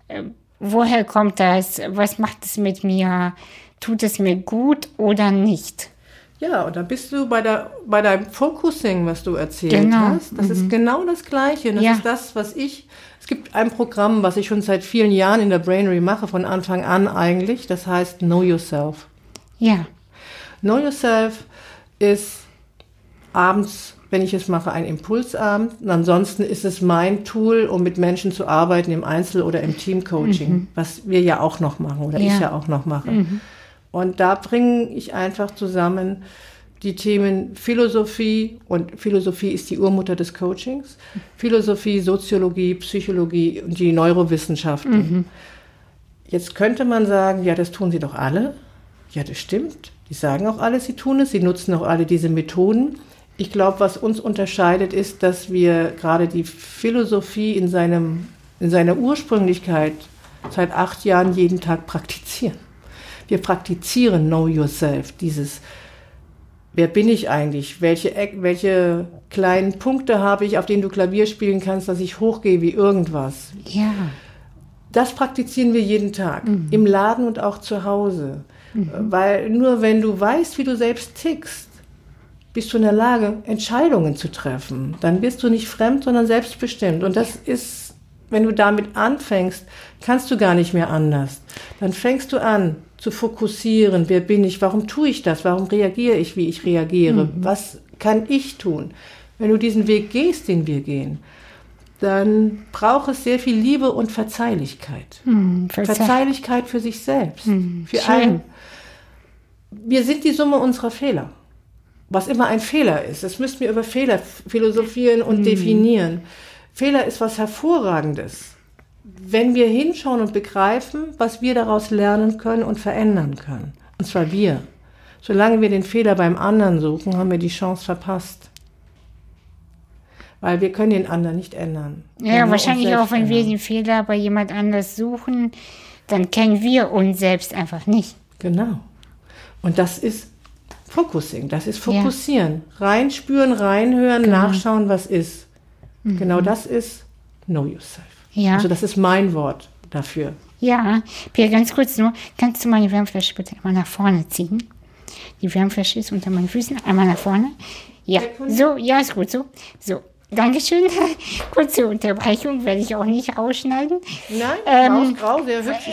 woher kommt das, was macht es mit mir, tut es mir gut oder nicht. Ja, und dann bist du bei deinem Focusing, was du erzählt hast. Das ist genau das Gleiche. Das ist das, was es gibt ein Programm, was ich schon seit vielen Jahren in der Brainery mache, von Anfang an eigentlich. Das heißt Know Yourself. Ja. Know Yourself ist abends, wenn ich es mache, ein Impulsabend. Und ansonsten ist es mein Tool, um mit Menschen zu arbeiten im Einzel- oder im Teamcoaching, was wir ja auch noch machen oder ich ja auch noch mache. Und da bringe ich einfach zusammen die Themen Philosophie, und Philosophie ist die Urmutter des Coachings, Philosophie, Soziologie, Psychologie und die Neurowissenschaften. Jetzt könnte man sagen, ja, das tun sie doch alle. Ja, das stimmt. Die sagen auch alle, sie tun es. Sie nutzen auch alle diese Methoden. Ich glaube, was uns unterscheidet, ist, dass wir gerade die Philosophie in seiner Ursprünglichkeit seit 8 Jahren jeden Tag praktizieren. Wir praktizieren Know Yourself, dieses, wer bin ich eigentlich, welche kleinen Punkte habe ich, auf denen du Klavier spielen kannst, dass ich hochgehe wie irgendwas. Ja. Das praktizieren wir jeden Tag, im Laden und auch zu Hause. Weil nur wenn du weißt, wie du selbst tickst, bist du in der Lage, Entscheidungen zu treffen. Dann bist du nicht fremd, sondern selbstbestimmt. Und das ist, wenn du damit anfängst, kannst du gar nicht mehr anders. Dann fängst du an zu fokussieren. Wer bin ich? Warum tue ich das? Warum reagiere ich, wie ich reagiere? Was kann ich tun? Wenn du diesen Weg gehst, den wir gehen, dann braucht es sehr viel Liebe und Verzeihlichkeit. Verzeihlichkeit für sich selbst. Für einen. Wir sind die Summe unserer Fehler. Was immer ein Fehler ist. Das müssen wir über Fehler philosophieren und definieren. Fehler ist was Hervorragendes. Wenn wir hinschauen und begreifen, was wir daraus lernen können und verändern können. Und zwar wir. Solange wir den Fehler beim anderen suchen, haben wir die Chance verpasst. Weil wir können den anderen nicht ändern. Ja, wahrscheinlich auch, wenn wir den Fehler bei jemand anders suchen, dann kennen wir uns selbst einfach nicht. Genau. Und das ist Focusing, das ist Fokussieren. Ja. Reinspüren, reinhören, nachschauen, was ist. Genau das ist Know Yourself. Ja. Also das ist mein Wort dafür. Ja, Pia, ganz kurz nur, kannst du meine Wärmflasche bitte einmal nach vorne ziehen? Die Wärmflasche ist unter meinen Füßen, einmal nach vorne. Ja, so, ja, ist gut so. So, Dankeschön. Kurze Unterbrechung, werde ich auch nicht rausschneiden. Nein, mausgrau, sehr hübsch.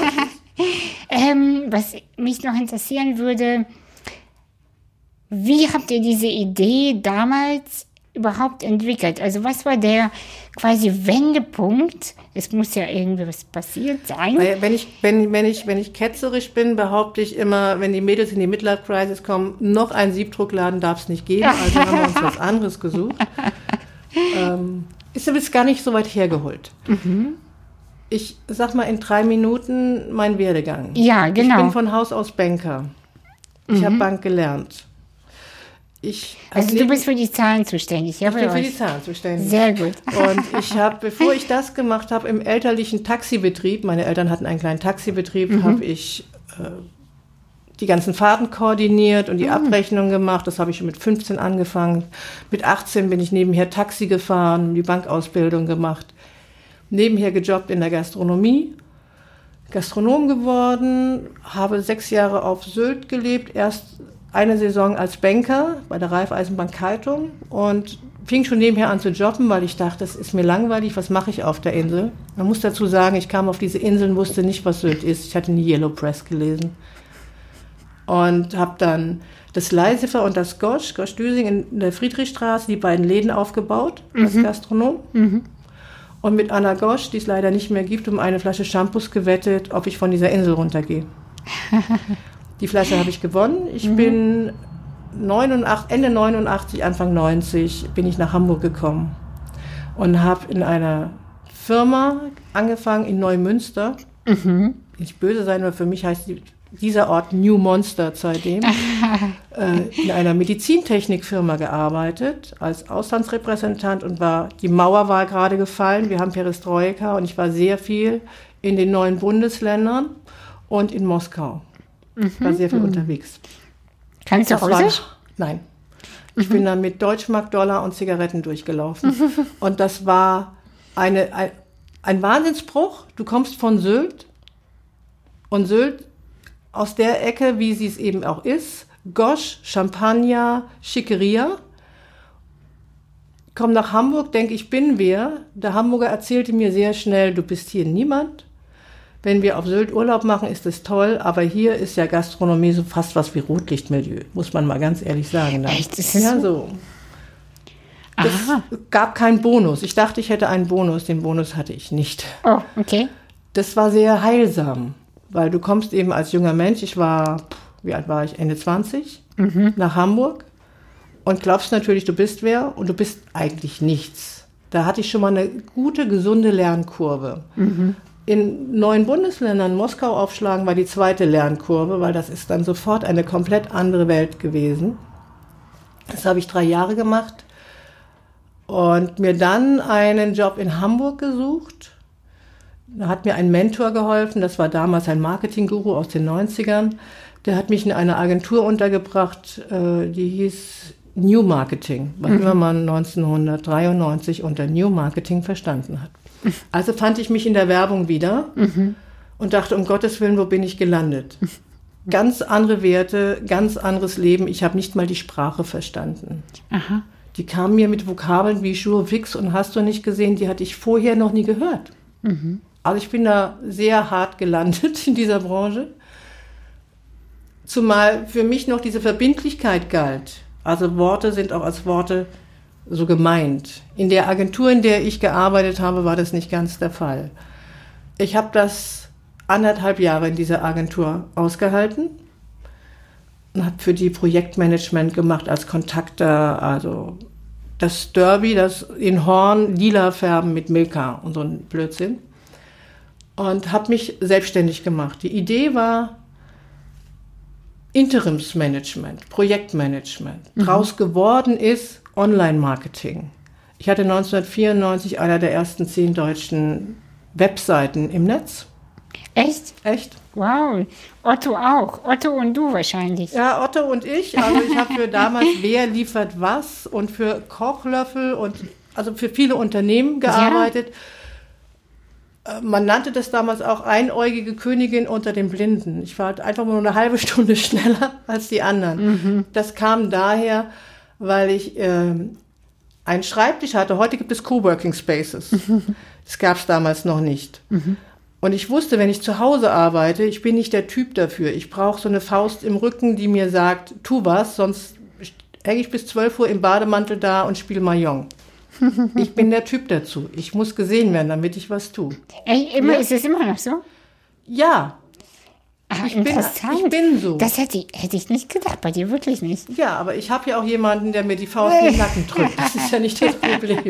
Was mich noch interessieren würde, wie habt ihr diese Idee damals überhaupt entwickelt? Also was war der quasi Wendepunkt? Es muss ja irgendwie was passiert sein. Wenn ich ketzerisch bin, behaupte ich immer, wenn die Mädels in die Midlife-Crisis kommen, noch einen Siebdruckladen darf es nicht geben, also haben wir uns was anderes gesucht. Ist aber jetzt gar nicht so weit hergeholt. Ich sag mal in 3 Minuten mein Werdegang. Ja, genau. Ich bin von Haus aus Banker. Ich habe Bank gelernt. Also du bist für die Zahlen zuständig. Ich bin für die Zahlen zuständig. Sehr gut. Und ich habe, bevor ich das gemacht habe, im elterlichen Taxibetrieb, meine Eltern hatten einen kleinen Taxibetrieb, habe ich die ganzen Fahrten koordiniert und die Abrechnung gemacht. Das habe ich schon mit 15 angefangen. Mit 18 bin ich nebenher Taxi gefahren, die Bankausbildung gemacht. Nebenher gejobbt in der Gastronomie. Gastronom geworden, habe 6 Jahre auf Sylt gelebt, erst eine Saison als Banker bei der Raiffeisenbank Keitung und fing schon nebenher an zu jobben, weil ich dachte, das ist mir langweilig, was mache ich auf der Insel? Man muss dazu sagen, ich kam auf diese Inseln, wusste nicht, was Sylt ist. Ich hatte nie Yellow Press gelesen. und habe dann das Leisifer und das Gosch Düsing in der Friedrichstraße, die beiden Läden aufgebaut als Gastronom. Und mit Anna Gosch, die es leider nicht mehr gibt, um eine Flasche Shampoos gewettet, ob ich von dieser Insel runtergehe. Die Flasche habe ich gewonnen. Ich bin Ende 89, Anfang 90 bin ich nach Hamburg gekommen und habe in einer Firma angefangen in Neumünster. Nicht böse sein, aber für mich heißt dieser Ort New Monster seitdem. In einer Medizintechnikfirma gearbeitet als Auslandsrepräsentant und die Mauer war gerade gefallen. Wir haben Perestroika und ich war sehr viel in den neuen Bundesländern und in Moskau. War sehr viel unterwegs. Kannst du Russisch? Nein. Ich bin dann mit Deutschmark, Dollar und Zigaretten durchgelaufen. Und das war ein Wahnsinnsbruch. Du kommst von Sylt und Sylt aus der Ecke, wie sie es eben auch ist, Gosch, Champagner, Schickeria. Komm nach Hamburg, denke ich bin wer. Der Hamburger erzählte mir sehr schnell, du bist hier niemand. Wenn wir auf Sylt Urlaub machen, ist es toll, aber hier ist ja Gastronomie so fast was wie Rotlichtmilieu, muss man mal ganz ehrlich sagen. Dann. Echt? Ist das ja, so. Es gab keinen Bonus. Ich dachte, ich hätte einen Bonus. Den Bonus hatte ich nicht. Oh, okay. Das war sehr heilsam, weil du kommst eben als junger Mensch, wie alt war ich, Ende 20, nach Hamburg und glaubst natürlich, du bist wer und du bist eigentlich nichts. Da hatte ich schon mal eine gute, gesunde Lernkurve. In neuen Bundesländern Moskau aufschlagen war die zweite Lernkurve, weil das ist dann sofort eine komplett andere Welt gewesen. Das habe ich 3 Jahre gemacht und mir dann einen Job in Hamburg gesucht. Da hat mir ein Mentor geholfen, das war damals ein Marketingguru aus den 90ern. Der hat mich in einer Agentur untergebracht, die hieß New Marketing, was immer man 1993 unter New Marketing verstanden hat. Also fand ich mich in der Werbung wieder und dachte, um Gottes Willen, wo bin ich gelandet? Ganz andere Werte, ganz anderes Leben. Ich habe nicht mal die Sprache verstanden. Aha. Die kamen mir mit Vokabeln wie Jour fix und hast du nicht gesehen, die hatte ich vorher noch nie gehört. Also ich bin da sehr hart gelandet in dieser Branche. Zumal für mich noch diese Verbindlichkeit galt. Also Worte sind auch als Worte so gemeint. In der Agentur, in der ich gearbeitet habe, war das nicht ganz der Fall. Ich habe das 1,5 Jahre in dieser Agentur ausgehalten und habe für die Projektmanagement gemacht als Kontakter, also das Derby, das in Horn lila färben mit Milka und so ein Blödsinn. Und habe mich selbstständig gemacht. Die Idee war Interimsmanagement, Projektmanagement. Draus geworden ist Online-Marketing. Ich hatte 1994 einer der ersten 10 deutschen Webseiten im Netz. Echt? Echt? Wow. Otto auch. Otto und du wahrscheinlich. Ja, Otto und ich. Also ich habe für damals Wer liefert was und für Kochlöffel und also für viele Unternehmen gearbeitet. Ja. Man nannte das damals auch einäugige Königin unter den Blinden. Ich war einfach nur eine halbe Stunde schneller als die anderen. Das kam daher, weil ich einen Schreibtisch hatte. Heute gibt es Coworking Spaces. Das gab es damals noch nicht. Und ich wusste, wenn ich zu Hause arbeite, ich bin nicht der Typ dafür. Ich brauche so eine Faust im Rücken, die mir sagt, tu was, sonst hänge ich bis 12 Uhr im Bademantel da und spiele Mahjong. Ich bin der Typ dazu. Ich muss gesehen werden, damit ich was tue. Ist es immer noch so? Ja. Ich bin so. Das hätte ich nicht gedacht, bei dir wirklich nicht. Ja, aber ich habe ja auch jemanden, der mir die Faust in den Nacken drückt. Das ist ja nicht das Problem.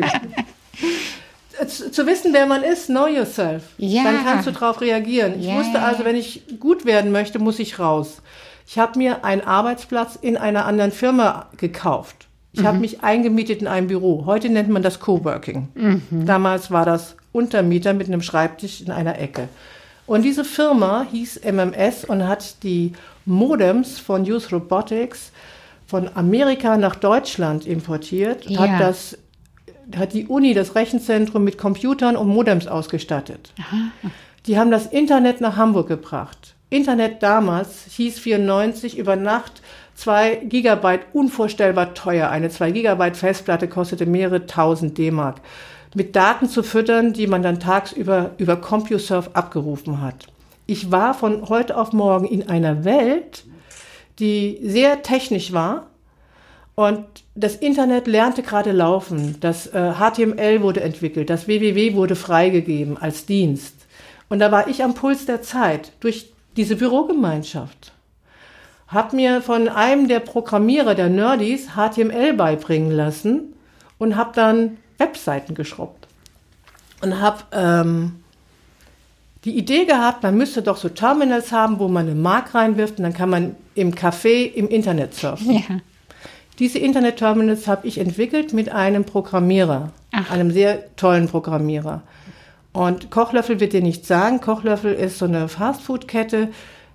Zu wissen, wer man ist, know yourself. Ja. Dann kannst du darauf reagieren. Ich wusste also, wenn ich gut werden möchte, muss ich raus. Ich habe mir einen Arbeitsplatz in einer anderen Firma gekauft. Ich habe mich eingemietet in einem Büro. Heute nennt man das Coworking. Damals war das Untermieter mit einem Schreibtisch in einer Ecke. Und diese Firma hieß MMS und hat die Modems von Hughes Robotics von Amerika nach Deutschland importiert. Ja. Hat die Uni, das Rechenzentrum, mit Computern und Modems ausgestattet. Aha. Die haben das Internet nach Hamburg gebracht. Internet damals hieß 94 über Nacht 2 Gigabyte, unvorstellbar teuer. Eine 2 Gigabyte Festplatte kostete mehrere tausend D-Mark. Mit Daten zu füttern, die man dann tagsüber über CompuServe abgerufen hat. Ich war von heute auf morgen in einer Welt, die sehr technisch war. Und das Internet lernte gerade laufen. Das HTML wurde entwickelt, das www wurde freigegeben als Dienst. Und da war ich am Puls der Zeit durch diese Bürogemeinschaft. Hab mir von einem der Programmierer, der Nerdies, HTML beibringen lassen und habe dann Webseiten geschrubbt. Und habe die Idee gehabt, man müsste doch so Terminals haben, wo man eine Mark reinwirft und dann kann man im Café im Internet surfen. Ja. Diese Internet-Terminals habe ich entwickelt mit einem Programmierer, einem sehr tollen Programmierer. Und Kochlöffel wird dir nichts sagen. Kochlöffel ist so eine Fastfood-Kette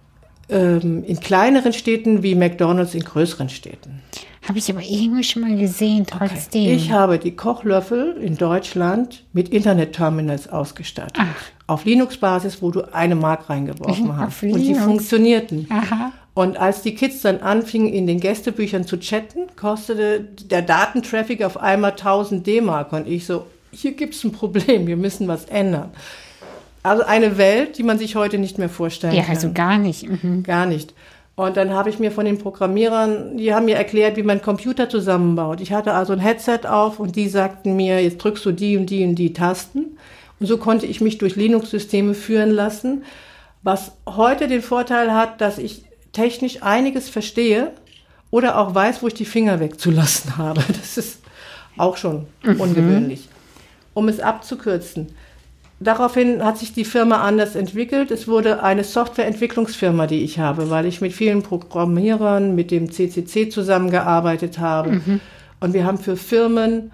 in kleineren Städten wie McDonald's in größeren Städten. Habe ich aber irgendwie schon mal gesehen, trotzdem. Okay. Ich habe die Kochlöffel in Deutschland mit Internet-Terminals ausgestattet. Auf Linux-Basis, wo du eine Mark reingeworfen hast. Und die funktionierten. Aha. Und als die Kids dann anfingen, in den Gästebüchern zu chatten, kostete der Datentraffic auf einmal 1000 D-Mark. Und ich so, hier gibt es ein Problem, wir müssen was ändern. Also eine Welt, die man sich heute nicht mehr vorstellen kann. Ja, also gar nicht. Mhm. Gar nicht. Und dann habe ich mir von den Programmierern, die haben mir erklärt, wie man einen Computer zusammenbaut. Ich hatte also ein Headset auf und die sagten mir, jetzt drückst du die und die und die Tasten. Und so konnte ich mich durch Linux-Systeme führen lassen, was heute den Vorteil hat, dass ich technisch einiges verstehe oder auch weiß, wo ich die Finger wegzulassen habe. Das ist auch schon ungewöhnlich. Um es abzukürzen. Daraufhin hat sich die Firma anders entwickelt. Es wurde eine Softwareentwicklungsfirma, die ich habe, weil ich mit vielen Programmierern, mit dem CCC zusammengearbeitet habe. Und wir haben für Firmen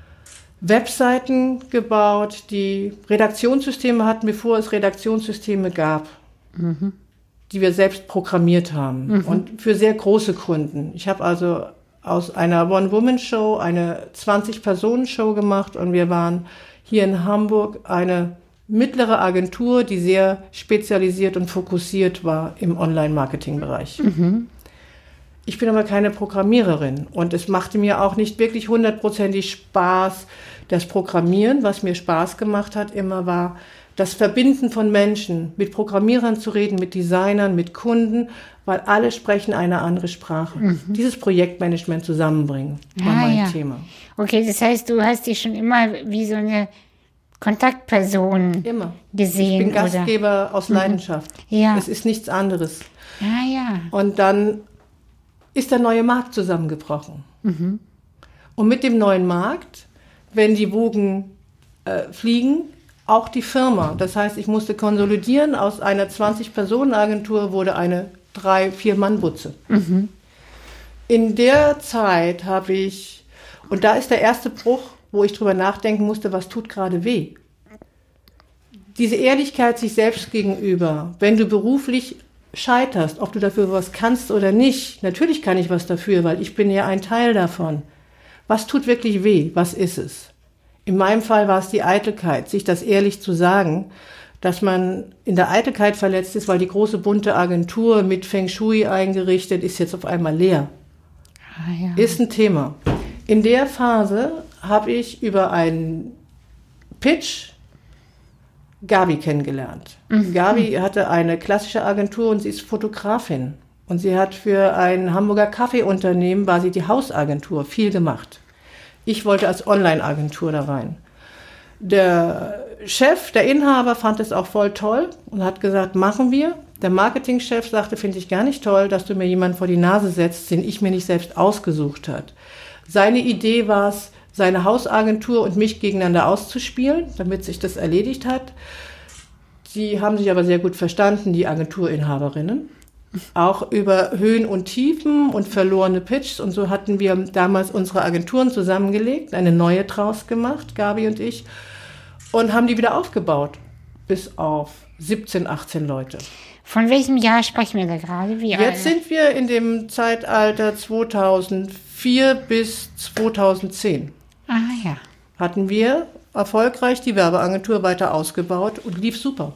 Webseiten gebaut, die Redaktionssysteme hatten, bevor es Redaktionssysteme gab, die wir selbst programmiert haben. Und für sehr große Kunden. Ich habe also aus einer One-Woman-Show eine 20-Personen-Show gemacht und wir waren hier in Hamburg eine mittlere Agentur, die sehr spezialisiert und fokussiert war im Online-Marketing-Bereich. Ich bin aber keine Programmiererin und es machte mir auch nicht wirklich 100%ig Spaß. Das Programmieren, was mir Spaß gemacht hat, immer war das Verbinden von Menschen, mit Programmierern zu reden, mit Designern, mit Kunden, weil alle sprechen eine andere Sprache. Dieses Projektmanagement zusammenbringen war mein Thema. Okay, das heißt, du hast dich schon immer wie so eine Kontaktperson gesehen. Ich bin Gastgeber aus Leidenschaft. Ja. Es ist nichts anderes. Ja. Und dann ist der neue Markt zusammengebrochen. Und mit dem neuen Markt, wenn die Wogen fliegen, auch die Firma. Das heißt, ich musste konsolidieren. Aus einer 20-Personen-Agentur wurde eine 3-4-Mann-Butze. In der Zeit habe ich, und da ist der erste Bruch, wo ich drüber nachdenken musste, was tut gerade weh. Diese Ehrlichkeit sich selbst gegenüber, wenn du beruflich scheiterst, ob du dafür was kannst oder nicht, natürlich kann ich was dafür, weil ich bin ja ein Teil davon. Was tut wirklich weh? Was ist es? In meinem Fall war es die Eitelkeit, sich das ehrlich zu sagen, dass man in der Eitelkeit verletzt ist, weil die große bunte Agentur mit Feng Shui eingerichtet ist jetzt auf einmal leer. Ist ein Thema. In der Phase habe ich über einen Pitch Gabi kennengelernt. Gabi hatte eine klassische Agentur und sie ist Fotografin. Und sie hat für ein Hamburger Kaffeeunternehmen, war sie die Hausagentur, viel gemacht. Ich wollte als Online-Agentur da rein. Der Chef, der Inhaber, fand es auch voll toll und hat gesagt, machen wir. Der Marketingchef sagte, finde ich gar nicht toll, dass du mir jemanden vor die Nase setzt, den ich mir nicht selbst ausgesucht habe. Seine Idee war es, seine Hausagentur und mich gegeneinander auszuspielen, damit sich das erledigt hat. Die haben sich aber sehr gut verstanden, die Agenturinhaberinnen. Auch über Höhen und Tiefen und verlorene Pitches. Und so hatten wir damals unsere Agenturen zusammengelegt, eine neue draus gemacht, Gabi und ich, und haben die wieder aufgebaut, bis auf 17, 18 Leute. Von welchem Jahr sprechen wir da gerade? Jetzt sind wir in dem Zeitalter 2004 bis 2010. Hatten wir erfolgreich die Werbeagentur weiter ausgebaut und lief super.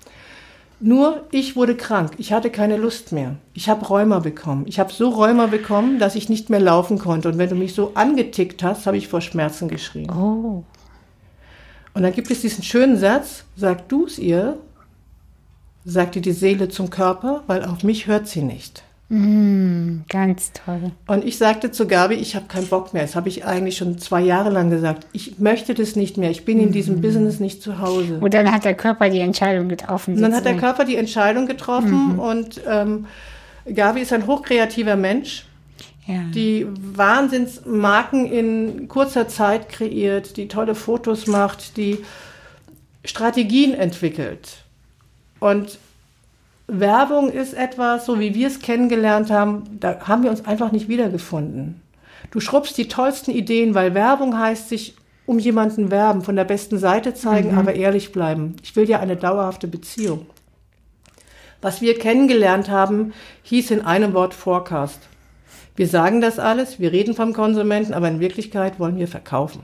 Nur ich wurde krank. Ich hatte keine Lust mehr. Ich habe Rheuma bekommen. Ich habe so Rheuma bekommen, dass ich nicht mehr laufen konnte. Und wenn du mich so angetickt hast, habe ich vor Schmerzen geschrien. Oh. Und dann gibt es diesen schönen Satz, sag du es ihr, sagte die Seele zum Körper, weil auf mich hört sie nicht. Ganz toll. Und ich sagte zu Gabi, ich habe keinen Bock mehr. Das habe ich eigentlich schon 2 Jahre lang gesagt. Ich möchte das nicht mehr. Ich bin in diesem Business nicht zu Hause. Und dann hat der Körper die Entscheidung getroffen. Und dann hat der Körper die Entscheidung getroffen und Gabi ist ein hochkreativer Mensch, die Wahnsinnsmarken in kurzer Zeit kreiert, die tolle Fotos macht, die Strategien entwickelt. Und Werbung ist etwas, so wie wir es kennengelernt haben, da haben wir uns einfach nicht wiedergefunden. Du schrubbst die tollsten Ideen, weil Werbung heißt sich um jemanden werben, von der besten Seite zeigen, aber ehrlich bleiben. Ich will ja eine dauerhafte Beziehung. Was wir kennengelernt haben, hieß in einem Wort Forecast. Wir sagen das alles, wir reden vom Konsumenten, aber in Wirklichkeit wollen wir verkaufen.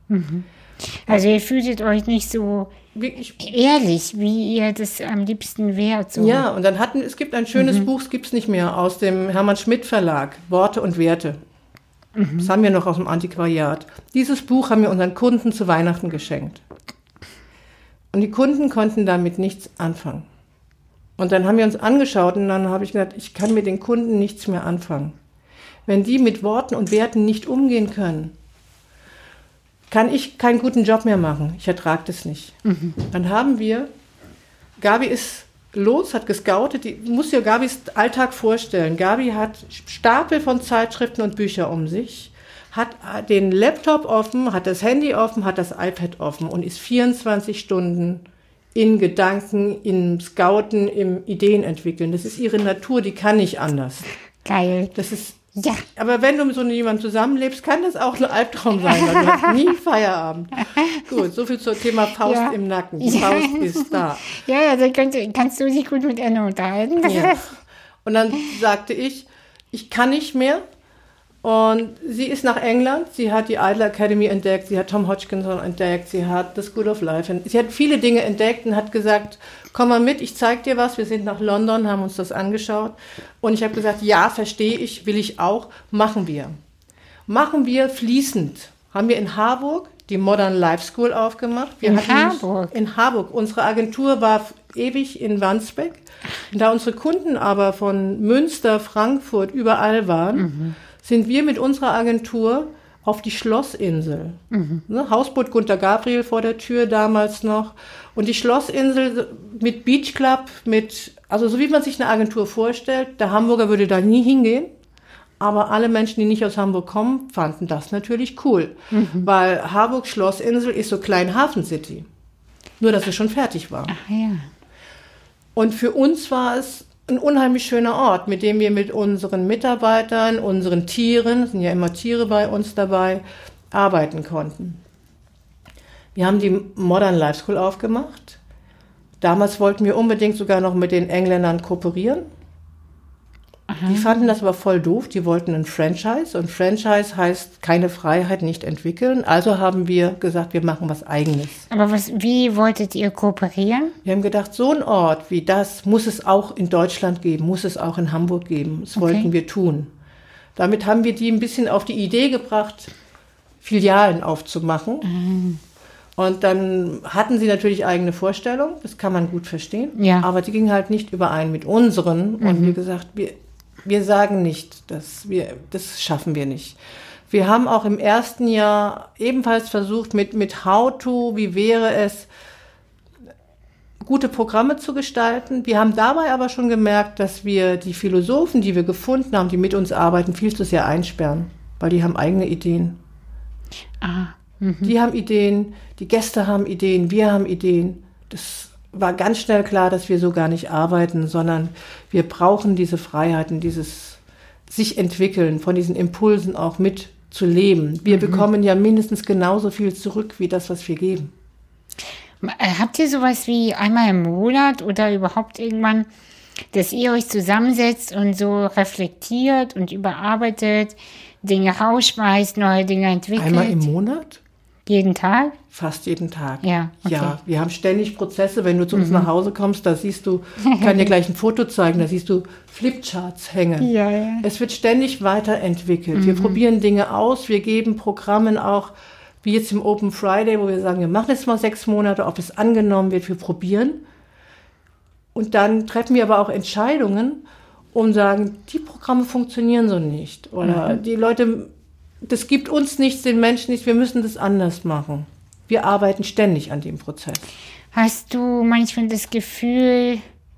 Also ihr fühltet euch nicht so Wirklich. ehrlich, wie ihr das am liebsten wärt. So. Ja, und dann es gibt ein schönes Buch, es gibt es nicht mehr, aus dem Hermann Schmidt Verlag, Worte und Werte. Das haben wir noch aus dem Antiquariat. Dieses Buch haben wir unseren Kunden zu Weihnachten geschenkt. Und die Kunden konnten damit nichts anfangen. Und dann haben wir uns angeschaut und dann habe ich gesagt, ich kann mit den Kunden nichts mehr anfangen. Wenn die mit Worten und Werten nicht umgehen können, kann ich keinen guten Job mehr machen. Ich ertrage das nicht. Dann haben wir, Gabi ist los, hat gescoutet, du musst dir Gabis Alltag vorstellen. Gabi hat Stapel von Zeitschriften und Büchern um sich, hat den Laptop offen, hat das Handy offen, hat das iPad offen und ist 24 Stunden in Gedanken, im Scouten, im Ideen entwickeln. Das ist ihre Natur, die kann nicht anders. Geil. Das ist Ja. Aber wenn du mit so jemandem zusammenlebst, kann das auch ein Albtraum sein, weil du hast nie Feierabend. Gut, so viel zum Thema Faust im Nacken. Die Faust ist da. Ja, dann kannst du dich gut mit Anne unterhalten. Ja. Und dann sagte ich kann nicht mehr. Und sie ist nach England, sie hat die Idler Academy entdeckt, sie hat Tom Hodgkinson entdeckt, sie hat The School of Life. Sie hat viele Dinge entdeckt und hat gesagt, komm mal mit, ich zeig dir was. Wir sind nach London, haben uns das angeschaut. Und ich habe gesagt, ja, verstehe ich, will ich auch, machen wir. Machen wir fließend. Haben wir in Harburg die Modern Life School aufgemacht. In Harburg? In Harburg. Unsere Agentur war ewig in Wandsbek. Da unsere Kunden aber von Münster, Frankfurt, überall waren, sind wir mit unserer Agentur auf die Schlossinsel. Ne, Hausboot Gunter Gabriel vor der Tür damals noch. Und die Schlossinsel mit Beachclub, also so wie man sich eine Agentur vorstellt. Der Hamburger würde da nie hingehen. Aber alle Menschen, die nicht aus Hamburg kommen, fanden das natürlich cool. Weil Harburg Schlossinsel ist so klein Hafencity. Nur, dass es schon fertig war. Ach ja. Und für uns war es ein unheimlich schöner Ort, mit dem wir mit unseren Mitarbeitern, unseren Tieren, es sind ja immer Tiere bei uns dabei, arbeiten konnten. Wir haben die Modern Life School aufgemacht. Damals wollten wir unbedingt sogar noch mit den Engländern kooperieren. Die fanden das aber voll doof, die wollten ein Franchise und Franchise heißt keine Freiheit, nicht entwickeln. Also haben wir gesagt, wir machen was Eigenes. Aber wie wolltet ihr kooperieren? Wir haben gedacht, so ein Ort wie das muss es auch in Deutschland geben, muss es auch in Hamburg geben. Das wollten wir tun. Damit haben wir die ein bisschen auf die Idee gebracht, Filialen aufzumachen. Und dann hatten sie natürlich eigene Vorstellungen, das kann man gut verstehen. Ja. Aber die gingen halt nicht überein mit unseren. Und wir gesagt, wir sagen nicht, das schaffen wir nicht. Wir haben auch im ersten Jahr ebenfalls versucht, mit How-To, wie wäre es, gute Programme zu gestalten. Wir haben dabei aber schon gemerkt, dass wir die Philosophen, die wir gefunden haben, die mit uns arbeiten, viel zu sehr einsperren, weil die haben eigene Ideen. Die haben Ideen, die Gäste haben Ideen, wir haben Ideen. Das war ganz schnell klar, dass wir so gar nicht arbeiten, sondern wir brauchen diese Freiheiten, dieses sich entwickeln, von diesen Impulsen auch mitzuleben. Wir bekommen ja mindestens genauso viel zurück, wie das, was wir geben. Habt ihr sowas wie einmal im Monat oder überhaupt irgendwann, dass ihr euch zusammensetzt und so reflektiert und überarbeitet, Dinge rausschmeißt, neue Dinge entwickelt? Einmal im Monat? Jeden Tag? Fast jeden Tag. Ja, okay. Ja, wir haben ständig Prozesse. Wenn du zu uns nach Hause kommst, da siehst du, ich kann dir gleich ein Foto zeigen, da siehst du Flipcharts hängen. Ja, ja. Es wird ständig weiterentwickelt. Wir probieren Dinge aus, wir geben Programmen auch, wie jetzt im Open Friday, wo wir sagen, wir machen jetzt mal 6 Monate, ob es angenommen wird, wir probieren. Und dann treffen wir aber auch Entscheidungen und sagen, die Programme funktionieren so nicht. Oder die Leute, das gibt uns nichts, den Menschen nichts, wir müssen das anders machen. Wir arbeiten ständig an dem Prozess. Hast du manchmal das Gefühl,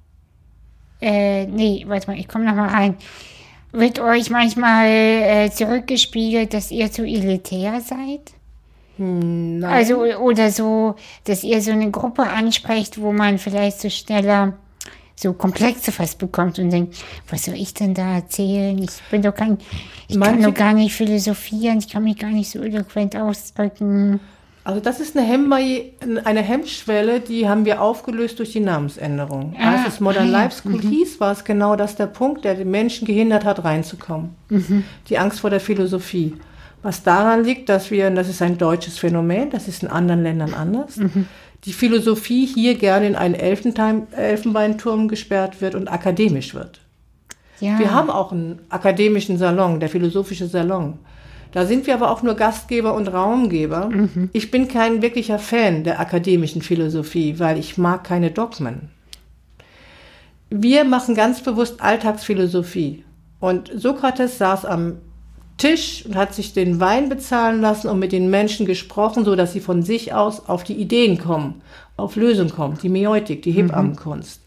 warte mal, ich komme noch mal rein. Wird euch manchmal zurückgespiegelt, dass ihr zu elitär seid? Nein. Also, oder so, dass ihr so eine Gruppe ansprecht, wo man vielleicht so schneller so Komplexe fast bekommt und denkt, was soll ich denn da erzählen? Ich kann doch gar nicht philosophieren, ich kann mich gar nicht so eloquent ausdrücken. Also das ist eine Hemmschwelle, die haben wir aufgelöst durch die Namensänderung. Als es Modern Life School hieß, war es genau das der Punkt, der den Menschen gehindert hat, reinzukommen. Die Angst vor der Philosophie. Was daran liegt, dass das ist ein deutsches Phänomen, das ist in anderen Ländern anders, die Philosophie hier gerne in einen Elfenbeinturm gesperrt wird und akademisch wird. Ja. Wir haben auch einen akademischen Salon, der philosophische Salon. Da sind wir aber auch nur Gastgeber und Raumgeber. Ich bin kein wirklicher Fan der akademischen Philosophie, weil ich mag keine Dogmen. Wir machen ganz bewusst Alltagsphilosophie. Und Sokrates saß am Tisch und hat sich den Wein bezahlen lassen und mit den Menschen gesprochen, sodass sie von sich aus auf die Ideen kommen, auf Lösungen kommen, die Mäutik, die Hebammenkunst.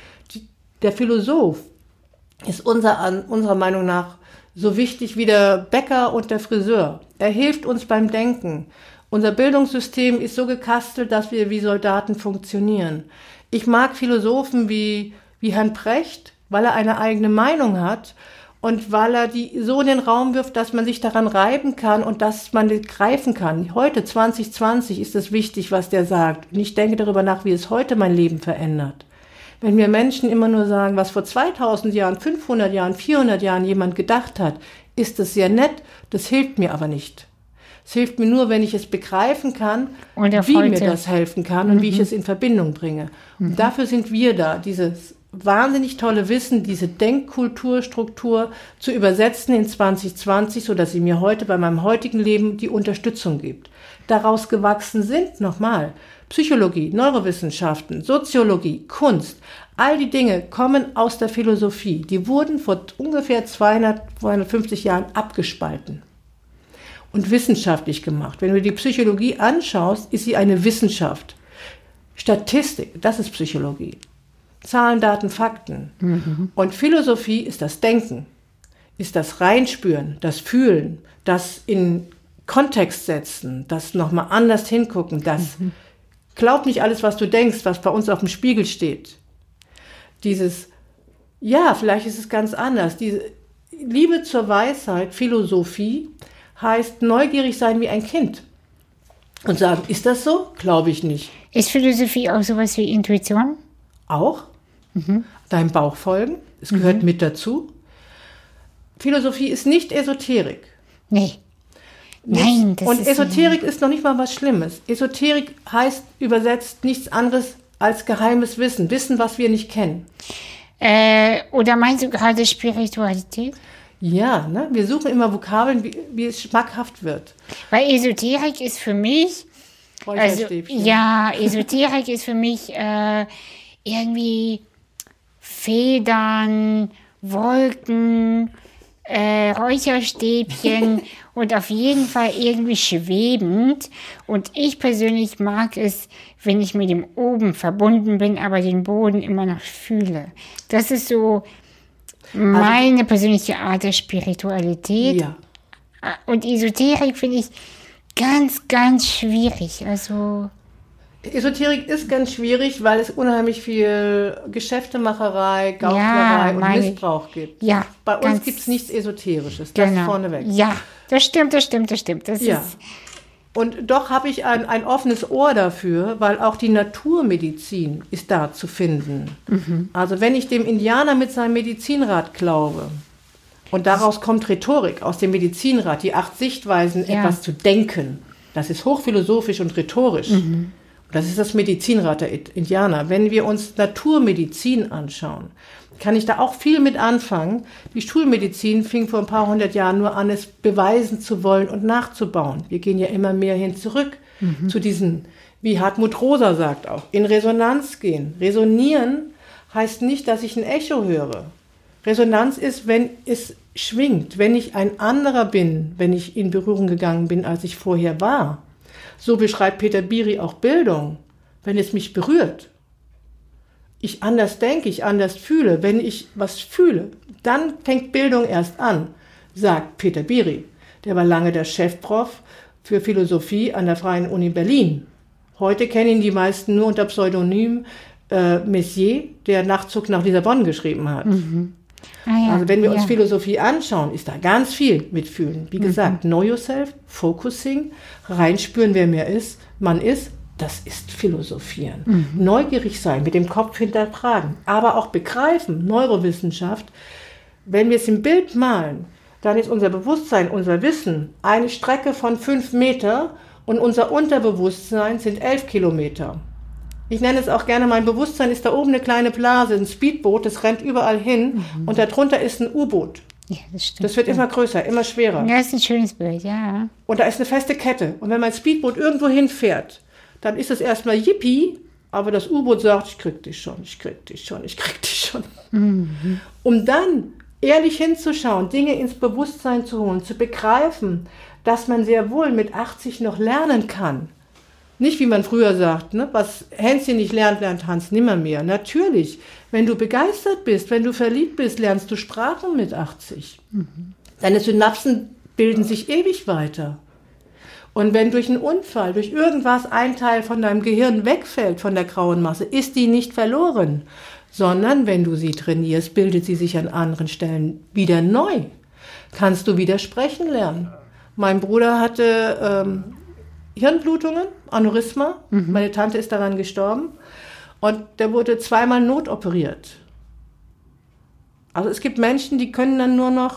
Der Philosoph ist unserer Meinung nach so wichtig wie der Bäcker und der Friseur. Er hilft uns beim Denken. Unser Bildungssystem ist so gekastelt, dass wir wie Soldaten funktionieren. Ich mag Philosophen wie Herrn Precht, weil er eine eigene Meinung hat und weil er die so in den Raum wirft, dass man sich daran reiben kann und dass man das greifen kann. Heute, 2020, ist es wichtig, was der sagt. Und ich denke darüber nach, wie es heute mein Leben verändert. Wenn mir Menschen immer nur sagen, was vor 2000 Jahren, 500 Jahren, 400 Jahren jemand gedacht hat, ist das sehr nett, das hilft mir aber nicht. Es hilft mir nur, wenn ich es begreifen kann, wie mir das helfen kann und wie ich es in Verbindung bringe. Und dafür sind wir da, dieses wahnsinnig tolle Wissen, diese Denkkulturstruktur zu übersetzen in 2020, sodass sie mir heute bei meinem heutigen Leben die Unterstützung gibt. Daraus gewachsen sind, nochmal, Psychologie, Neurowissenschaften, Soziologie, Kunst, all die Dinge kommen aus der Philosophie. Die wurden vor ungefähr 250 Jahren abgespalten und wissenschaftlich gemacht. Wenn du die Psychologie anschaust, ist sie eine Wissenschaft. Statistik, das ist Psychologie. Zahlen, Daten, Fakten. Und Philosophie ist das Denken, ist das Reinspüren, das Fühlen, das in Kontext setzen, das nochmal anders hingucken, das glaub nicht alles, was du denkst, was bei uns auf dem Spiegel steht. Dieses, ja, vielleicht ist es ganz anders. Diese Liebe zur Weisheit, Philosophie, heißt neugierig sein wie ein Kind. Und sagen, ist das so? Glaube ich nicht. Ist Philosophie auch sowas wie Intuition? Auch. Deinem Bauch folgen. Es gehört mit dazu. Philosophie ist nicht Esoterik. Nee. Nein, das und ist Esoterik ist noch nicht mal was Schlimmes. Esoterik heißt übersetzt nichts anderes als geheimes Wissen. Wissen, was wir nicht kennen. Oder meinst du gerade Spiritualität? Ja, ne? Wir suchen immer Vokabeln, wie es schmackhaft wird. Weil Esoterik ist für mich, Esoterik ist für mich irgendwie Federn, Wolken, Räucherstäbchen und auf jeden Fall irgendwie schwebend. Und ich persönlich mag es, wenn ich mit dem Oben verbunden bin, aber den Boden immer noch fühle. Das ist so meine persönliche Art der Spiritualität. Ja. Und Esoterik finde ich ganz, ganz schwierig. Also Esoterik ist ganz schwierig, weil es unheimlich viel Geschäftemacherei, Gauklerei und Missbrauch gibt. Ja, bei uns gibt es nichts Esoterisches, das vorneweg. Ja, das stimmt. Das ist und doch habe ich ein offenes Ohr dafür, weil auch die Naturmedizin ist da zu finden. Also wenn ich dem Indianer mit seinem Medizinrat glaube, und daraus kommt Rhetorik aus dem Medizinrat, die 8 Sichtweisen, etwas zu denken, das ist hochphilosophisch und rhetorisch. Das ist das Medizinrat der Indianer. Wenn wir uns Naturmedizin anschauen, kann ich da auch viel mit anfangen. Die Schulmedizin fing vor ein paar 100 Jahren nur an, es beweisen zu wollen und nachzubauen. Wir gehen ja immer mehr hin zurück zu diesen, wie Hartmut Rosa sagt auch, in Resonanz gehen. Resonieren heißt nicht, dass ich ein Echo höre, Resonanz ist, wenn es schwingt, wenn ich ein anderer bin, wenn ich in Berührung gegangen bin, als ich vorher war. So beschreibt Peter Biri auch Bildung, wenn es mich berührt. Ich anders denke, ich anders fühle. Wenn ich was fühle, dann fängt Bildung erst an, sagt Peter Biri. Der war lange der Chefprof für Philosophie an der Freien Uni Berlin. Heute kennen ihn die meisten nur unter Pseudonym Messier, der Nachtzug nach Lissabon geschrieben hat. Mhm. Ah, ja. Also wenn wir uns Philosophie anschauen, ist da ganz viel mitfühlen. Wie gesagt, Know Yourself, Focusing, reinspüren, wer man ist, das ist Philosophieren. Neugierig sein, mit dem Kopf hinterfragen, aber auch begreifen, Neurowissenschaft. Wenn wir es im Bild malen, dann ist unser Bewusstsein, unser Wissen eine Strecke von 5 Meter und unser Unterbewusstsein sind 11 Kilometer. Ich nenne es auch gerne, mein Bewusstsein ist da oben eine kleine Blase, ein Speedboot, das rennt überall hin und darunter ist ein U-Boot. Ja, das stimmt. Das wird immer größer, immer schwerer. Ja, das ist ein schönes Bild, ja. Und da ist eine feste Kette. Und wenn mein Speedboot irgendwo hinfährt, dann ist es erstmal Yippie, aber das U-Boot sagt, ich krieg dich schon, ich krieg dich schon, ich krieg dich schon. Um dann ehrlich hinzuschauen, Dinge ins Bewusstsein zu holen, zu begreifen, dass man sehr wohl mit 80 noch lernen kann. Nicht, wie man früher sagt, ne? Was Hänschen nicht lernt, lernt Hans nimmermehr. Natürlich, wenn du begeistert bist, wenn du verliebt bist, lernst du Sprachen mit 80. Deine Synapsen bilden sich ewig weiter. Und wenn durch einen Unfall, durch irgendwas ein Teil von deinem Gehirn wegfällt, von der grauen Masse, ist die nicht verloren, sondern wenn du sie trainierst, bildet sie sich an anderen Stellen wieder neu. Kannst du wieder sprechen lernen. Mein Bruder hatte Hirnblutungen, Aneurysma. Meine Tante ist daran gestorben. Und der wurde 2-mal notoperiert. Also es gibt Menschen, die können dann nur noch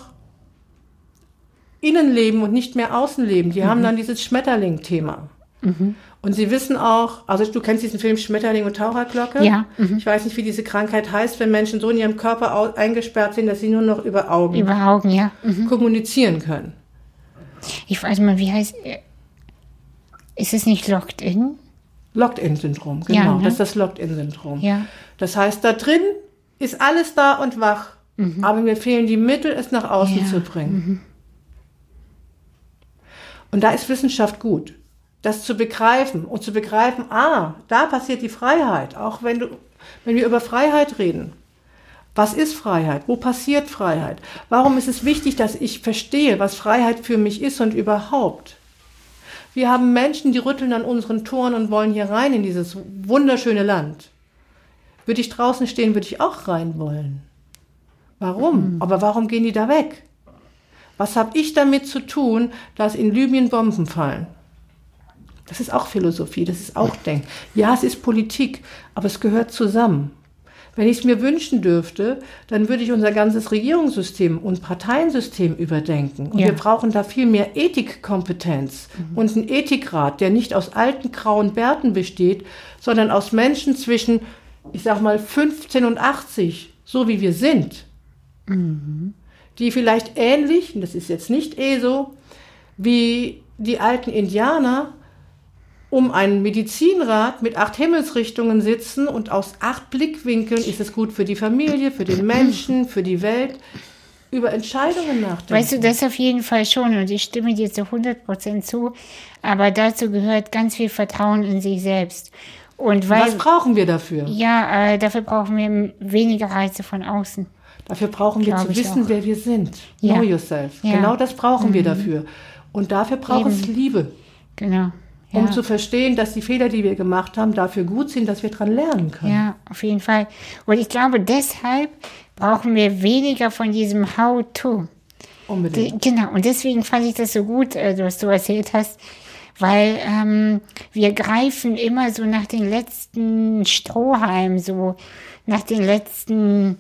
innen leben und nicht mehr außen leben. Die haben dann dieses Schmetterling-Thema. Und sie wissen auch, also du kennst diesen Film Schmetterling und Taucherglocke? Ja. Ich weiß nicht, wie diese Krankheit heißt, wenn Menschen so in ihrem Körper eingesperrt sind, dass sie nur noch über Augen ja. kommunizieren können. Ich weiß mal, wie heißt... Ist es nicht Locked-In? Locked-In-Syndrom, genau. Ja, ne? Das ist das Locked-In-Syndrom. Ja. Das heißt, da drin ist alles da und wach. Aber mir fehlen die Mittel, es nach außen zu bringen. Und da ist Wissenschaft gut. Das zu begreifen und zu begreifen, da passiert die Freiheit. Auch wenn wir über Freiheit reden. Was ist Freiheit? Wo passiert Freiheit? Warum ist es wichtig, dass ich verstehe, was Freiheit für mich ist und überhaupt? Wir haben Menschen, die rütteln an unseren Toren und wollen hier rein in dieses wunderschöne Land. Würde ich draußen stehen, würde ich auch rein wollen. Warum? Aber warum gehen die da weg? Was habe ich damit zu tun, dass in Libyen Bomben fallen? Das ist auch Philosophie, das ist auch Denken. Ja, es ist Politik, aber es gehört zusammen. Wenn ich es mir wünschen dürfte, dann würde ich unser ganzes Regierungssystem und Parteiensystem überdenken. Und wir brauchen da viel mehr Ethikkompetenz und einen Ethikrat, der nicht aus alten grauen Bärten besteht, sondern aus Menschen zwischen, ich sag mal, 15 und 80, so wie wir sind. Die vielleicht ähnlich, und das ist jetzt nicht so, wie die alten Indianer, um einen Medizinrat mit 8 Himmelsrichtungen sitzen und aus 8 Blickwinkeln ist es gut für die Familie, für den Menschen, für die Welt, über Entscheidungen nachdenken. Weißt du, das auf jeden Fall schon und ich stimme dir zu 100% zu, aber dazu gehört ganz viel Vertrauen in sich selbst. Und was brauchen wir dafür? Ja, dafür brauchen wir weniger Reize von außen. Dafür brauchen wir zu wissen, wer wir sind. Know yourself. Ja. Genau das brauchen wir dafür. Und dafür braucht es Liebe. Genau. Ja. Um zu verstehen, dass die Fehler, die wir gemacht haben, dafür gut sind, dass wir dran lernen können. Ja, auf jeden Fall. Und ich glaube, deshalb brauchen wir weniger von diesem How-to. Unbedingt. Genau, und deswegen fand ich das so gut, was du erzählt hast, weil wir greifen immer so nach den letzten Strohhalmen, so nach den letzten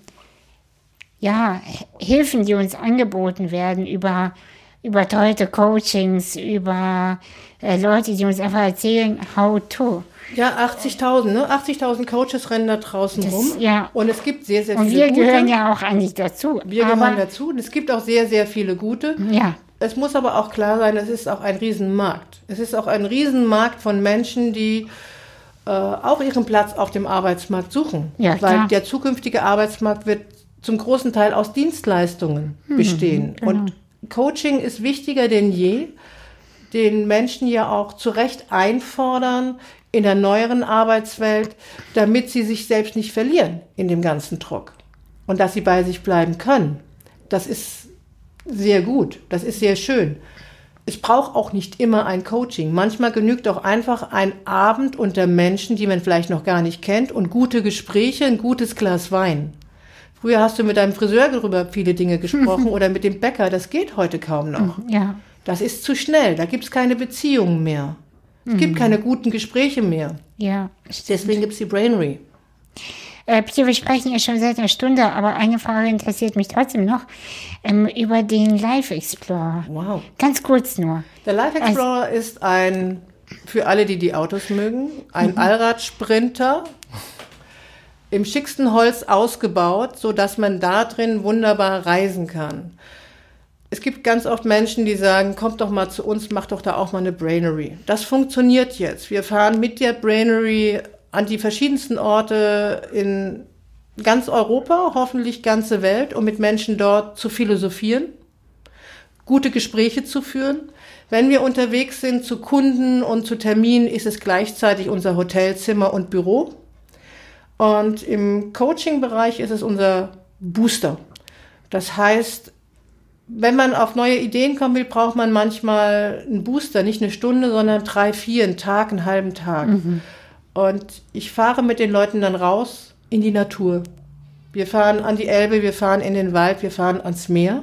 Hilfen, die uns angeboten werden über teure Coachings, über Leute, die uns einfach erzählen, how to. Ja, 80.000, ne? 80.000 Coaches rennen da draußen rum. Ja. Und es gibt sehr, sehr viele gute. Und wir gute. gehören ja auch eigentlich dazu. Wir gehören dazu und es gibt auch sehr, sehr viele gute. Ja. Es muss aber auch klar sein, es ist auch ein Riesenmarkt. Es ist auch ein Riesenmarkt von Menschen, die auch ihren Platz auf dem Arbeitsmarkt suchen. Ja, weil klar. der zukünftige Arbeitsmarkt wird zum großen Teil aus Dienstleistungen bestehen. Genau. Und Coaching ist wichtiger denn je, den Menschen ja auch zu Recht einfordern in der neueren Arbeitswelt, damit sie sich selbst nicht verlieren in dem ganzen Druck und dass sie bei sich bleiben können. Das ist sehr gut, das ist sehr schön. Es braucht auch nicht immer ein Coaching. Manchmal genügt auch einfach ein Abend unter Menschen, die man vielleicht noch gar nicht kennt und gute Gespräche, ein gutes Glas Wein. Früher hast du mit deinem Friseur darüber viele Dinge gesprochen oder mit dem Bäcker. Das geht heute kaum noch. Ja. Das ist zu schnell. Da gibt es keine Beziehungen mehr. Es gibt keine guten Gespräche mehr. Ja. Deswegen gibt es die Brainery. Wir sprechen ja schon seit einer Stunde, aber eine Frage interessiert mich trotzdem noch, über den Life Explorer. Wow. Ganz kurz nur. Der Life Explorer ist für alle, die Autos mögen, ein Allradsprinter im schicksten Holz ausgebaut, sodass man da drin wunderbar reisen kann. Es gibt ganz oft Menschen, die sagen, kommt doch mal zu uns, mach doch da auch mal eine Brainery. Das funktioniert jetzt. Wir fahren mit der Brainery an die verschiedensten Orte in ganz Europa, hoffentlich ganze Welt, um mit Menschen dort zu philosophieren, gute Gespräche zu führen. Wenn wir unterwegs sind zu Kunden und zu Terminen, ist es gleichzeitig unser Hotelzimmer und Büro. Und im Coaching-Bereich ist es unser Booster. Das heißt, wenn man auf neue Ideen kommen will, braucht man manchmal einen Booster, nicht eine Stunde, sondern 3, 4, einen Tag, einen halben Tag. Und ich fahre mit den Leuten dann raus in die Natur. Wir fahren an die Elbe, wir fahren in den Wald, wir fahren ans Meer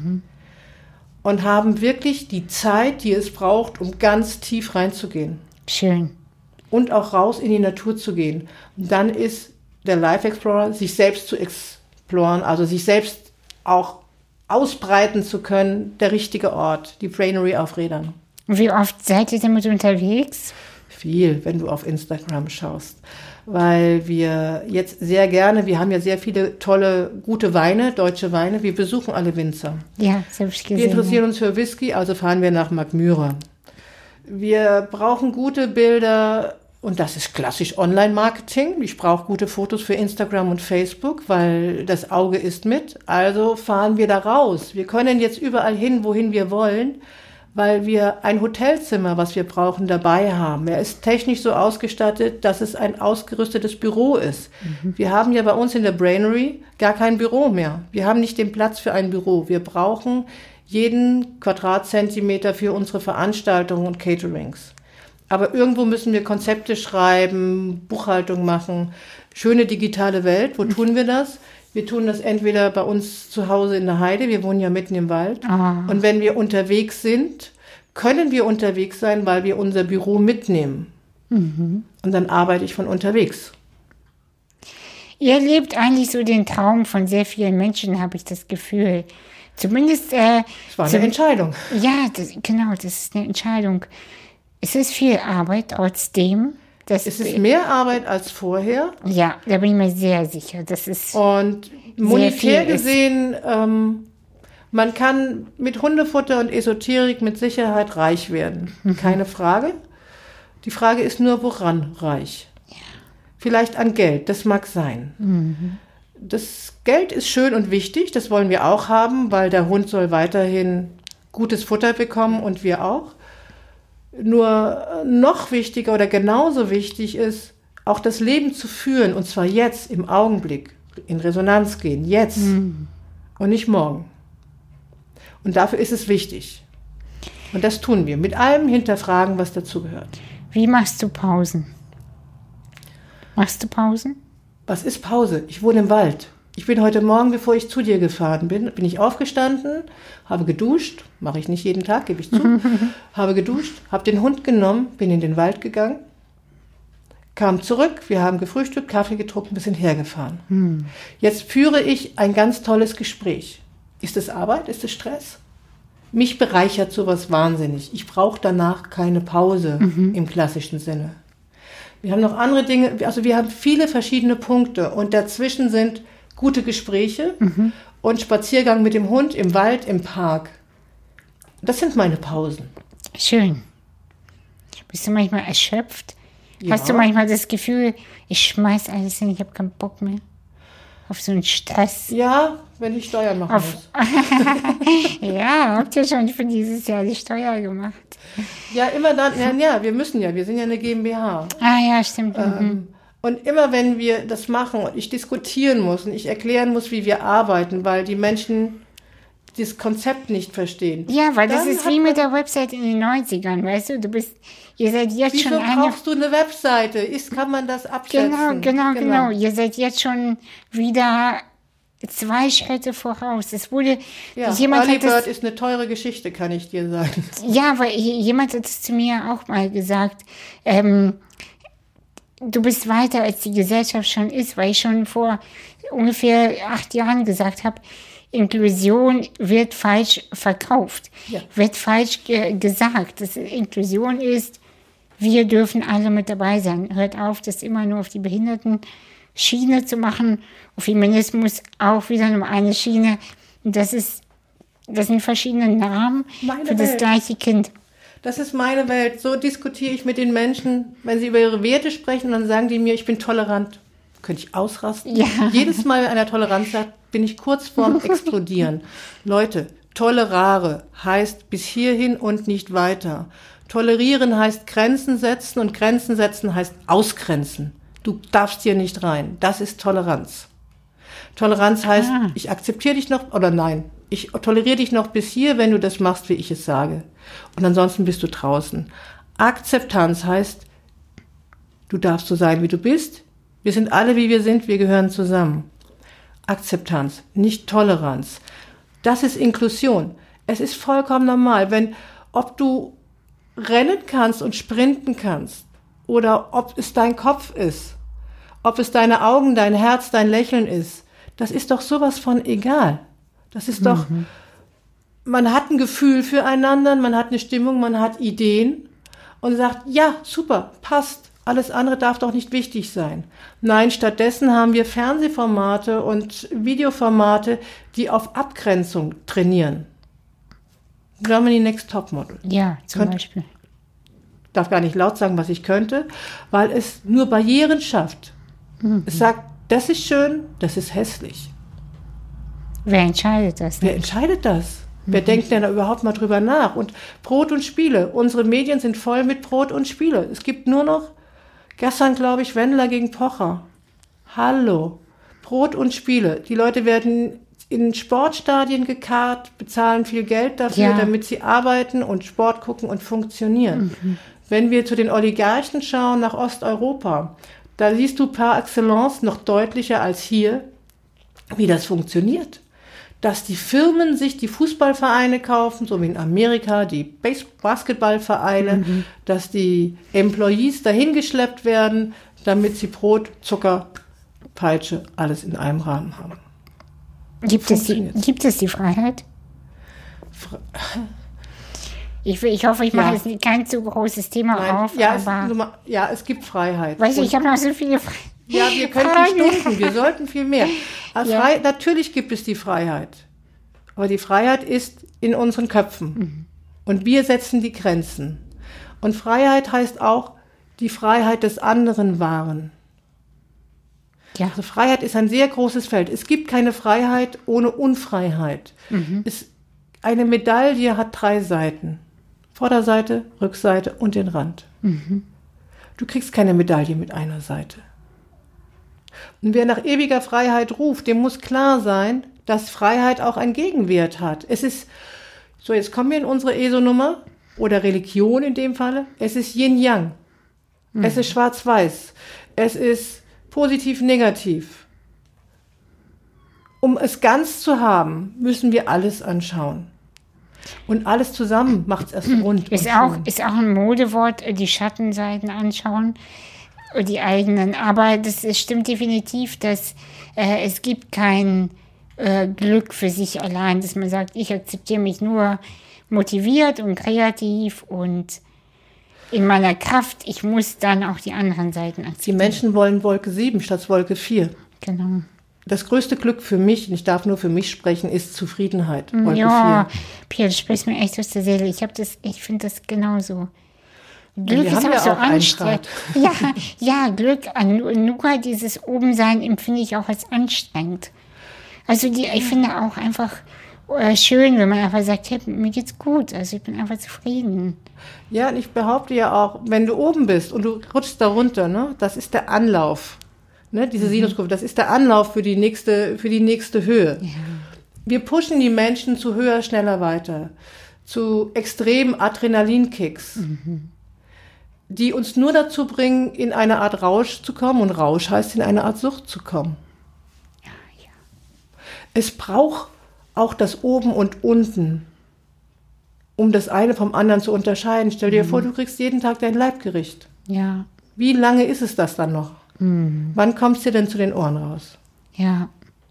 und haben wirklich die Zeit, die es braucht, um ganz tief reinzugehen. Schön. Und auch raus in die Natur zu gehen. Und dann ist der Life Explorer, sich selbst zu exploren, also sich selbst auch ausbreiten zu können, der richtige Ort, die Brainery auf Rädern. Wie oft seid ihr damit unterwegs? Viel, wenn du auf Instagram schaust. Weil wir jetzt sehr gerne, wir haben ja sehr viele tolle, gute Weine, deutsche Weine, wir besuchen alle Winzer. Ja, das habe ich gesehen. Wir interessieren uns für Whisky, also fahren wir nach Magmyra. Wir brauchen gute Bilder und das ist klassisch Online-Marketing. Ich brauche gute Fotos für Instagram und Facebook, weil das Auge ist mit. Also fahren wir da raus. Wir können jetzt überall hin, wohin wir wollen, weil wir ein Hotelzimmer, was wir brauchen, dabei haben. Er ist technisch so ausgestattet, dass es ein ausgerüstetes Büro ist. Wir haben ja bei uns in der Brainery gar kein Büro mehr. Wir haben nicht den Platz für ein Büro. Wir brauchen jeden Quadratzentimeter für unsere Veranstaltungen und Caterings. Aber irgendwo müssen wir Konzepte schreiben, Buchhaltung machen. Schöne digitale Welt, wo tun wir das? Wir tun das entweder bei uns zu Hause in der Heide, wir wohnen ja mitten im Wald. Und wenn wir unterwegs sind, können wir unterwegs sein, weil wir unser Büro mitnehmen. Und dann arbeite ich von unterwegs. Ihr lebt eigentlich so den Traum von sehr vielen Menschen, habe ich das Gefühl. Zumindest... Es war eine Entscheidung. Ja, genau, das ist eine Entscheidung. Es ist viel Arbeit trotzdem. Es ist mehr Arbeit als vorher. Ja, da bin ich mir sehr sicher. Das ist und monetär gesehen, man kann mit Hundefutter und Esoterik mit Sicherheit reich werden. Keine Frage. Die Frage ist nur, woran reich? Ja. Vielleicht an Geld, das mag sein. Das Geld ist schön und wichtig, das wollen wir auch haben, weil der Hund soll weiterhin gutes Futter bekommen und wir auch. Nur noch wichtiger oder genauso wichtig ist, auch das Leben zu führen, und zwar jetzt, im Augenblick, in Resonanz gehen, jetzt und nicht morgen. Und dafür ist es wichtig. Und das tun wir, mit allem hinterfragen, was dazugehört. Wie machst du Pausen? Machst du Pausen? Was ist Pause? Ich wohne im Wald. Ich bin heute Morgen, bevor ich zu dir gefahren bin ich aufgestanden, habe geduscht, mache ich nicht jeden Tag, gebe ich zu, habe geduscht, habe den Hund genommen, bin in den Wald gegangen, kam zurück, wir haben gefrühstückt, Kaffee getrunken, bisschen hergefahren. Jetzt führe ich ein ganz tolles Gespräch. Ist es Arbeit? Ist es Stress? Mich bereichert sowas wahnsinnig. Ich brauche danach keine Pause im klassischen Sinne. Wir haben noch andere Dinge, also wir haben viele verschiedene Punkte und dazwischen sind gute Gespräche und Spaziergang mit dem Hund im Wald, im Park. Das sind meine Pausen. Schön. Bist du manchmal erschöpft? Ja. Hast du manchmal das Gefühl, ich schmeiß alles hin, ich habe keinen Bock mehr? auf so einen Stress. Ja, wenn ich Steuern machen muss. Ja, habt ihr schon für dieses Jahr die Steuer gemacht? Ja, immer dann, ja, wir müssen ja, wir sind ja eine GmbH. Ah ja, stimmt. Und immer wenn wir das machen und ich diskutieren muss und ich erklären muss, wie wir arbeiten, weil die Menschen das Konzept nicht verstehen. Ja, weil das dann ist wie mit der Website in den 90ern, weißt du? Ihr seid jetzt Wieso schon brauchst du eine Webseite? Kann man das abschätzen? Genau. Ihr seid jetzt schon wieder 2 Schritte voraus. Es wurde, Ja, jemand Early hat das, Bird ist eine teure Geschichte, kann ich dir sagen. ja, weil jemand hat es zu mir auch mal gesagt, du bist weiter, als die Gesellschaft schon ist, weil ich schon vor ungefähr 8 Jahren gesagt habe, Inklusion wird falsch verkauft, wird falsch gesagt. Dass Inklusion ist, wir dürfen alle mit dabei sein. Hört auf, das immer nur auf die Behindertenschiene zu machen. Und Feminismus auch wieder nur eine Schiene. Das sind verschiedene Namen für das gleiche Kind. Das ist meine Welt. So diskutiere ich mit den Menschen, wenn sie über ihre Werte sprechen, dann sagen die mir, ich bin tolerant. Könnte ich ausrasten? Ja. Jedes Mal, wenn einer Toleranz sagt, bin ich kurz vorm Explodieren. Leute, tolerare heißt bis hierhin und nicht weiter. Tolerieren heißt Grenzen setzen und Grenzen setzen heißt ausgrenzen. Du darfst hier nicht rein. Das ist Toleranz. Toleranz heißt, ich akzeptiere dich noch, oder nein, ich toleriere dich noch bis hier, wenn du das machst, wie ich es sage. Und ansonsten bist du draußen. Akzeptanz heißt, du darfst so sein, wie du bist. Wir sind alle, wie wir sind, wir gehören zusammen. Akzeptanz, nicht Toleranz. Das ist Inklusion. Es ist vollkommen normal, ob du rennen kannst und sprinten kannst oder ob es dein Kopf ist, ob es deine Augen, dein Herz, dein Lächeln ist. Das ist doch sowas von egal. Das ist doch, man hat ein Gefühl füreinander, man hat eine Stimmung, man hat Ideen und sagt, ja, super, passt. Alles andere darf doch nicht wichtig sein. Nein, stattdessen haben wir Fernsehformate und Videoformate, die auf Abgrenzung trainieren. Germany Next Topmodel. Ja, zum Beispiel. Ich darf gar nicht laut sagen, was ich könnte, weil es nur Barrieren schafft. Es sagt, das ist schön, das ist hässlich. Wer entscheidet das? Wer entscheidet das? Wer denkt denn da überhaupt mal drüber nach? Und Brot und Spiele. Unsere Medien sind voll mit Brot und Spiele. Es gibt nur noch, gestern glaube ich, Wendler gegen Pocher. Hallo. Brot und Spiele. Die Leute werden in Sportstadien gekarrt, bezahlen viel Geld dafür, damit sie arbeiten und Sport gucken und funktionieren. Wenn wir zu den Oligarchen schauen nach Osteuropa, da siehst du par excellence noch deutlicher als hier, wie das funktioniert. Dass die Firmen sich die Fußballvereine kaufen, so wie in Amerika die Basketballvereine, dass die Employees dahingeschleppt werden, damit sie Brot, Zucker, Peitsche, alles in einem Rahmen haben. Gibt es die Freiheit? Ich hoffe, ich mache jetzt kein zu großes Thema auf. Ja, es gibt Freiheit. Weißt du, ich habe noch so viele Freiheit. Ja, wir könnten Stunden, wir sollten viel mehr. Natürlich gibt es die Freiheit. Aber die Freiheit ist in unseren Köpfen. Und wir setzen die Grenzen. Und Freiheit heißt auch, die Freiheit des anderen wahren. Ja. Also Freiheit ist ein sehr großes Feld. Es gibt keine Freiheit ohne Unfreiheit. Eine Medaille hat 3 Seiten. Vorderseite, Rückseite und den Rand. Du kriegst keine Medaille mit einer Seite. Und wer nach ewiger Freiheit ruft, dem muss klar sein, dass Freiheit auch einen Gegenwert hat. Es ist, so jetzt kommen wir in unsere ESO-Nummer, oder Religion in dem Falle, es ist Yin-Yang. Es ist Schwarz-Weiß. Es ist positiv-negativ. Um es ganz zu haben, müssen wir alles anschauen. Und alles zusammen macht es erst rund. Ist auch ein Modewort, die Schattenseiten anschauen, die eigenen. Aber es stimmt definitiv, dass es gibt kein Glück für sich allein, dass man sagt, ich akzeptiere mich nur motiviert und kreativ und in meiner Kraft. Ich muss dann auch die anderen Seiten akzeptieren. Die Menschen wollen Wolke 7 statt Wolke 4. Genau. Das größte Glück für mich, und ich darf nur für mich sprechen, ist Zufriedenheit. Wolke 4. Pia, du sprichst mir echt aus der Seele. Ich finde das genauso. Glück Wir ist haben auch ja so auch einen anstrengend. Ja, Glück. Nur dieses Obensein empfinde ich auch als anstrengend. Also ich finde auch einfach schön, wenn man einfach sagt, hey, mir geht's gut. Also ich bin einfach zufrieden. Ja, und ich behaupte ja auch, wenn du oben bist und du rutschst da runter, ne, das ist der Anlauf. Ne, diese Sinuskurve, das ist der Anlauf für die nächste Höhe. Ja. Wir pushen die Menschen zu höher, schneller, weiter. Zu extremen Adrenalinkicks, die uns nur dazu bringen, in eine Art Rausch zu kommen. Und Rausch heißt, in eine Art Sucht zu kommen. Ja. Es braucht auch das Oben und Unten, um das eine vom anderen zu unterscheiden. Stell dir vor, du kriegst jeden Tag dein Leibgericht. Ja. Wie lange ist es das dann noch? Wann kommst du denn zu den Ohren raus? Ja.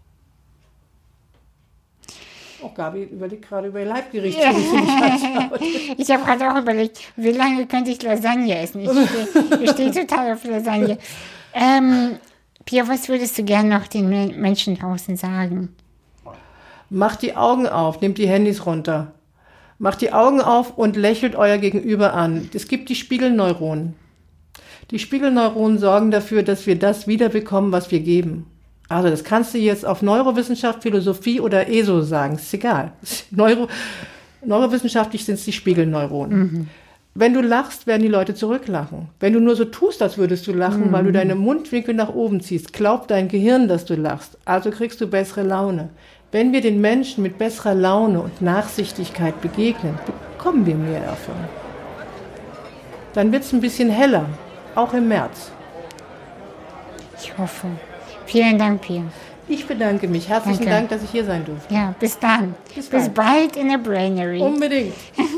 Oh, Gabi überlegt gerade über ihr Leibgericht. Ja. Ich habe gerade auch überlegt, wie lange könnte ich Lasagne essen? Ich stehe total auf Lasagne. Pia, was würdest du gerne noch den Menschen draußen sagen? Macht die Augen auf, nehmt die Handys runter. Macht die Augen auf und lächelt euer Gegenüber an. Es gibt die Spiegelneuronen. Die Spiegelneuronen sorgen dafür, dass wir das wiederbekommen, was wir geben. Also das kannst du jetzt auf Neurowissenschaft, Philosophie oder ESO sagen, ist egal. Neurowissenschaftlich sind es die Spiegelneuronen. Wenn du lachst, werden die Leute zurücklachen. Wenn du nur so tust, als würdest du lachen, weil du deine Mundwinkel nach oben ziehst, glaubt dein Gehirn, dass du lachst. Also kriegst du bessere Laune. Wenn wir den Menschen mit besserer Laune und Nachsichtigkeit begegnen, bekommen wir mehr davon. Dann wird es ein bisschen heller, auch im März. Ich hoffe. Vielen Dank, Pia. Ich bedanke mich. Herzlichen Dank, dass ich hier sein durfte. Ja, bis dann. Bis bald in der Brainery. Unbedingt.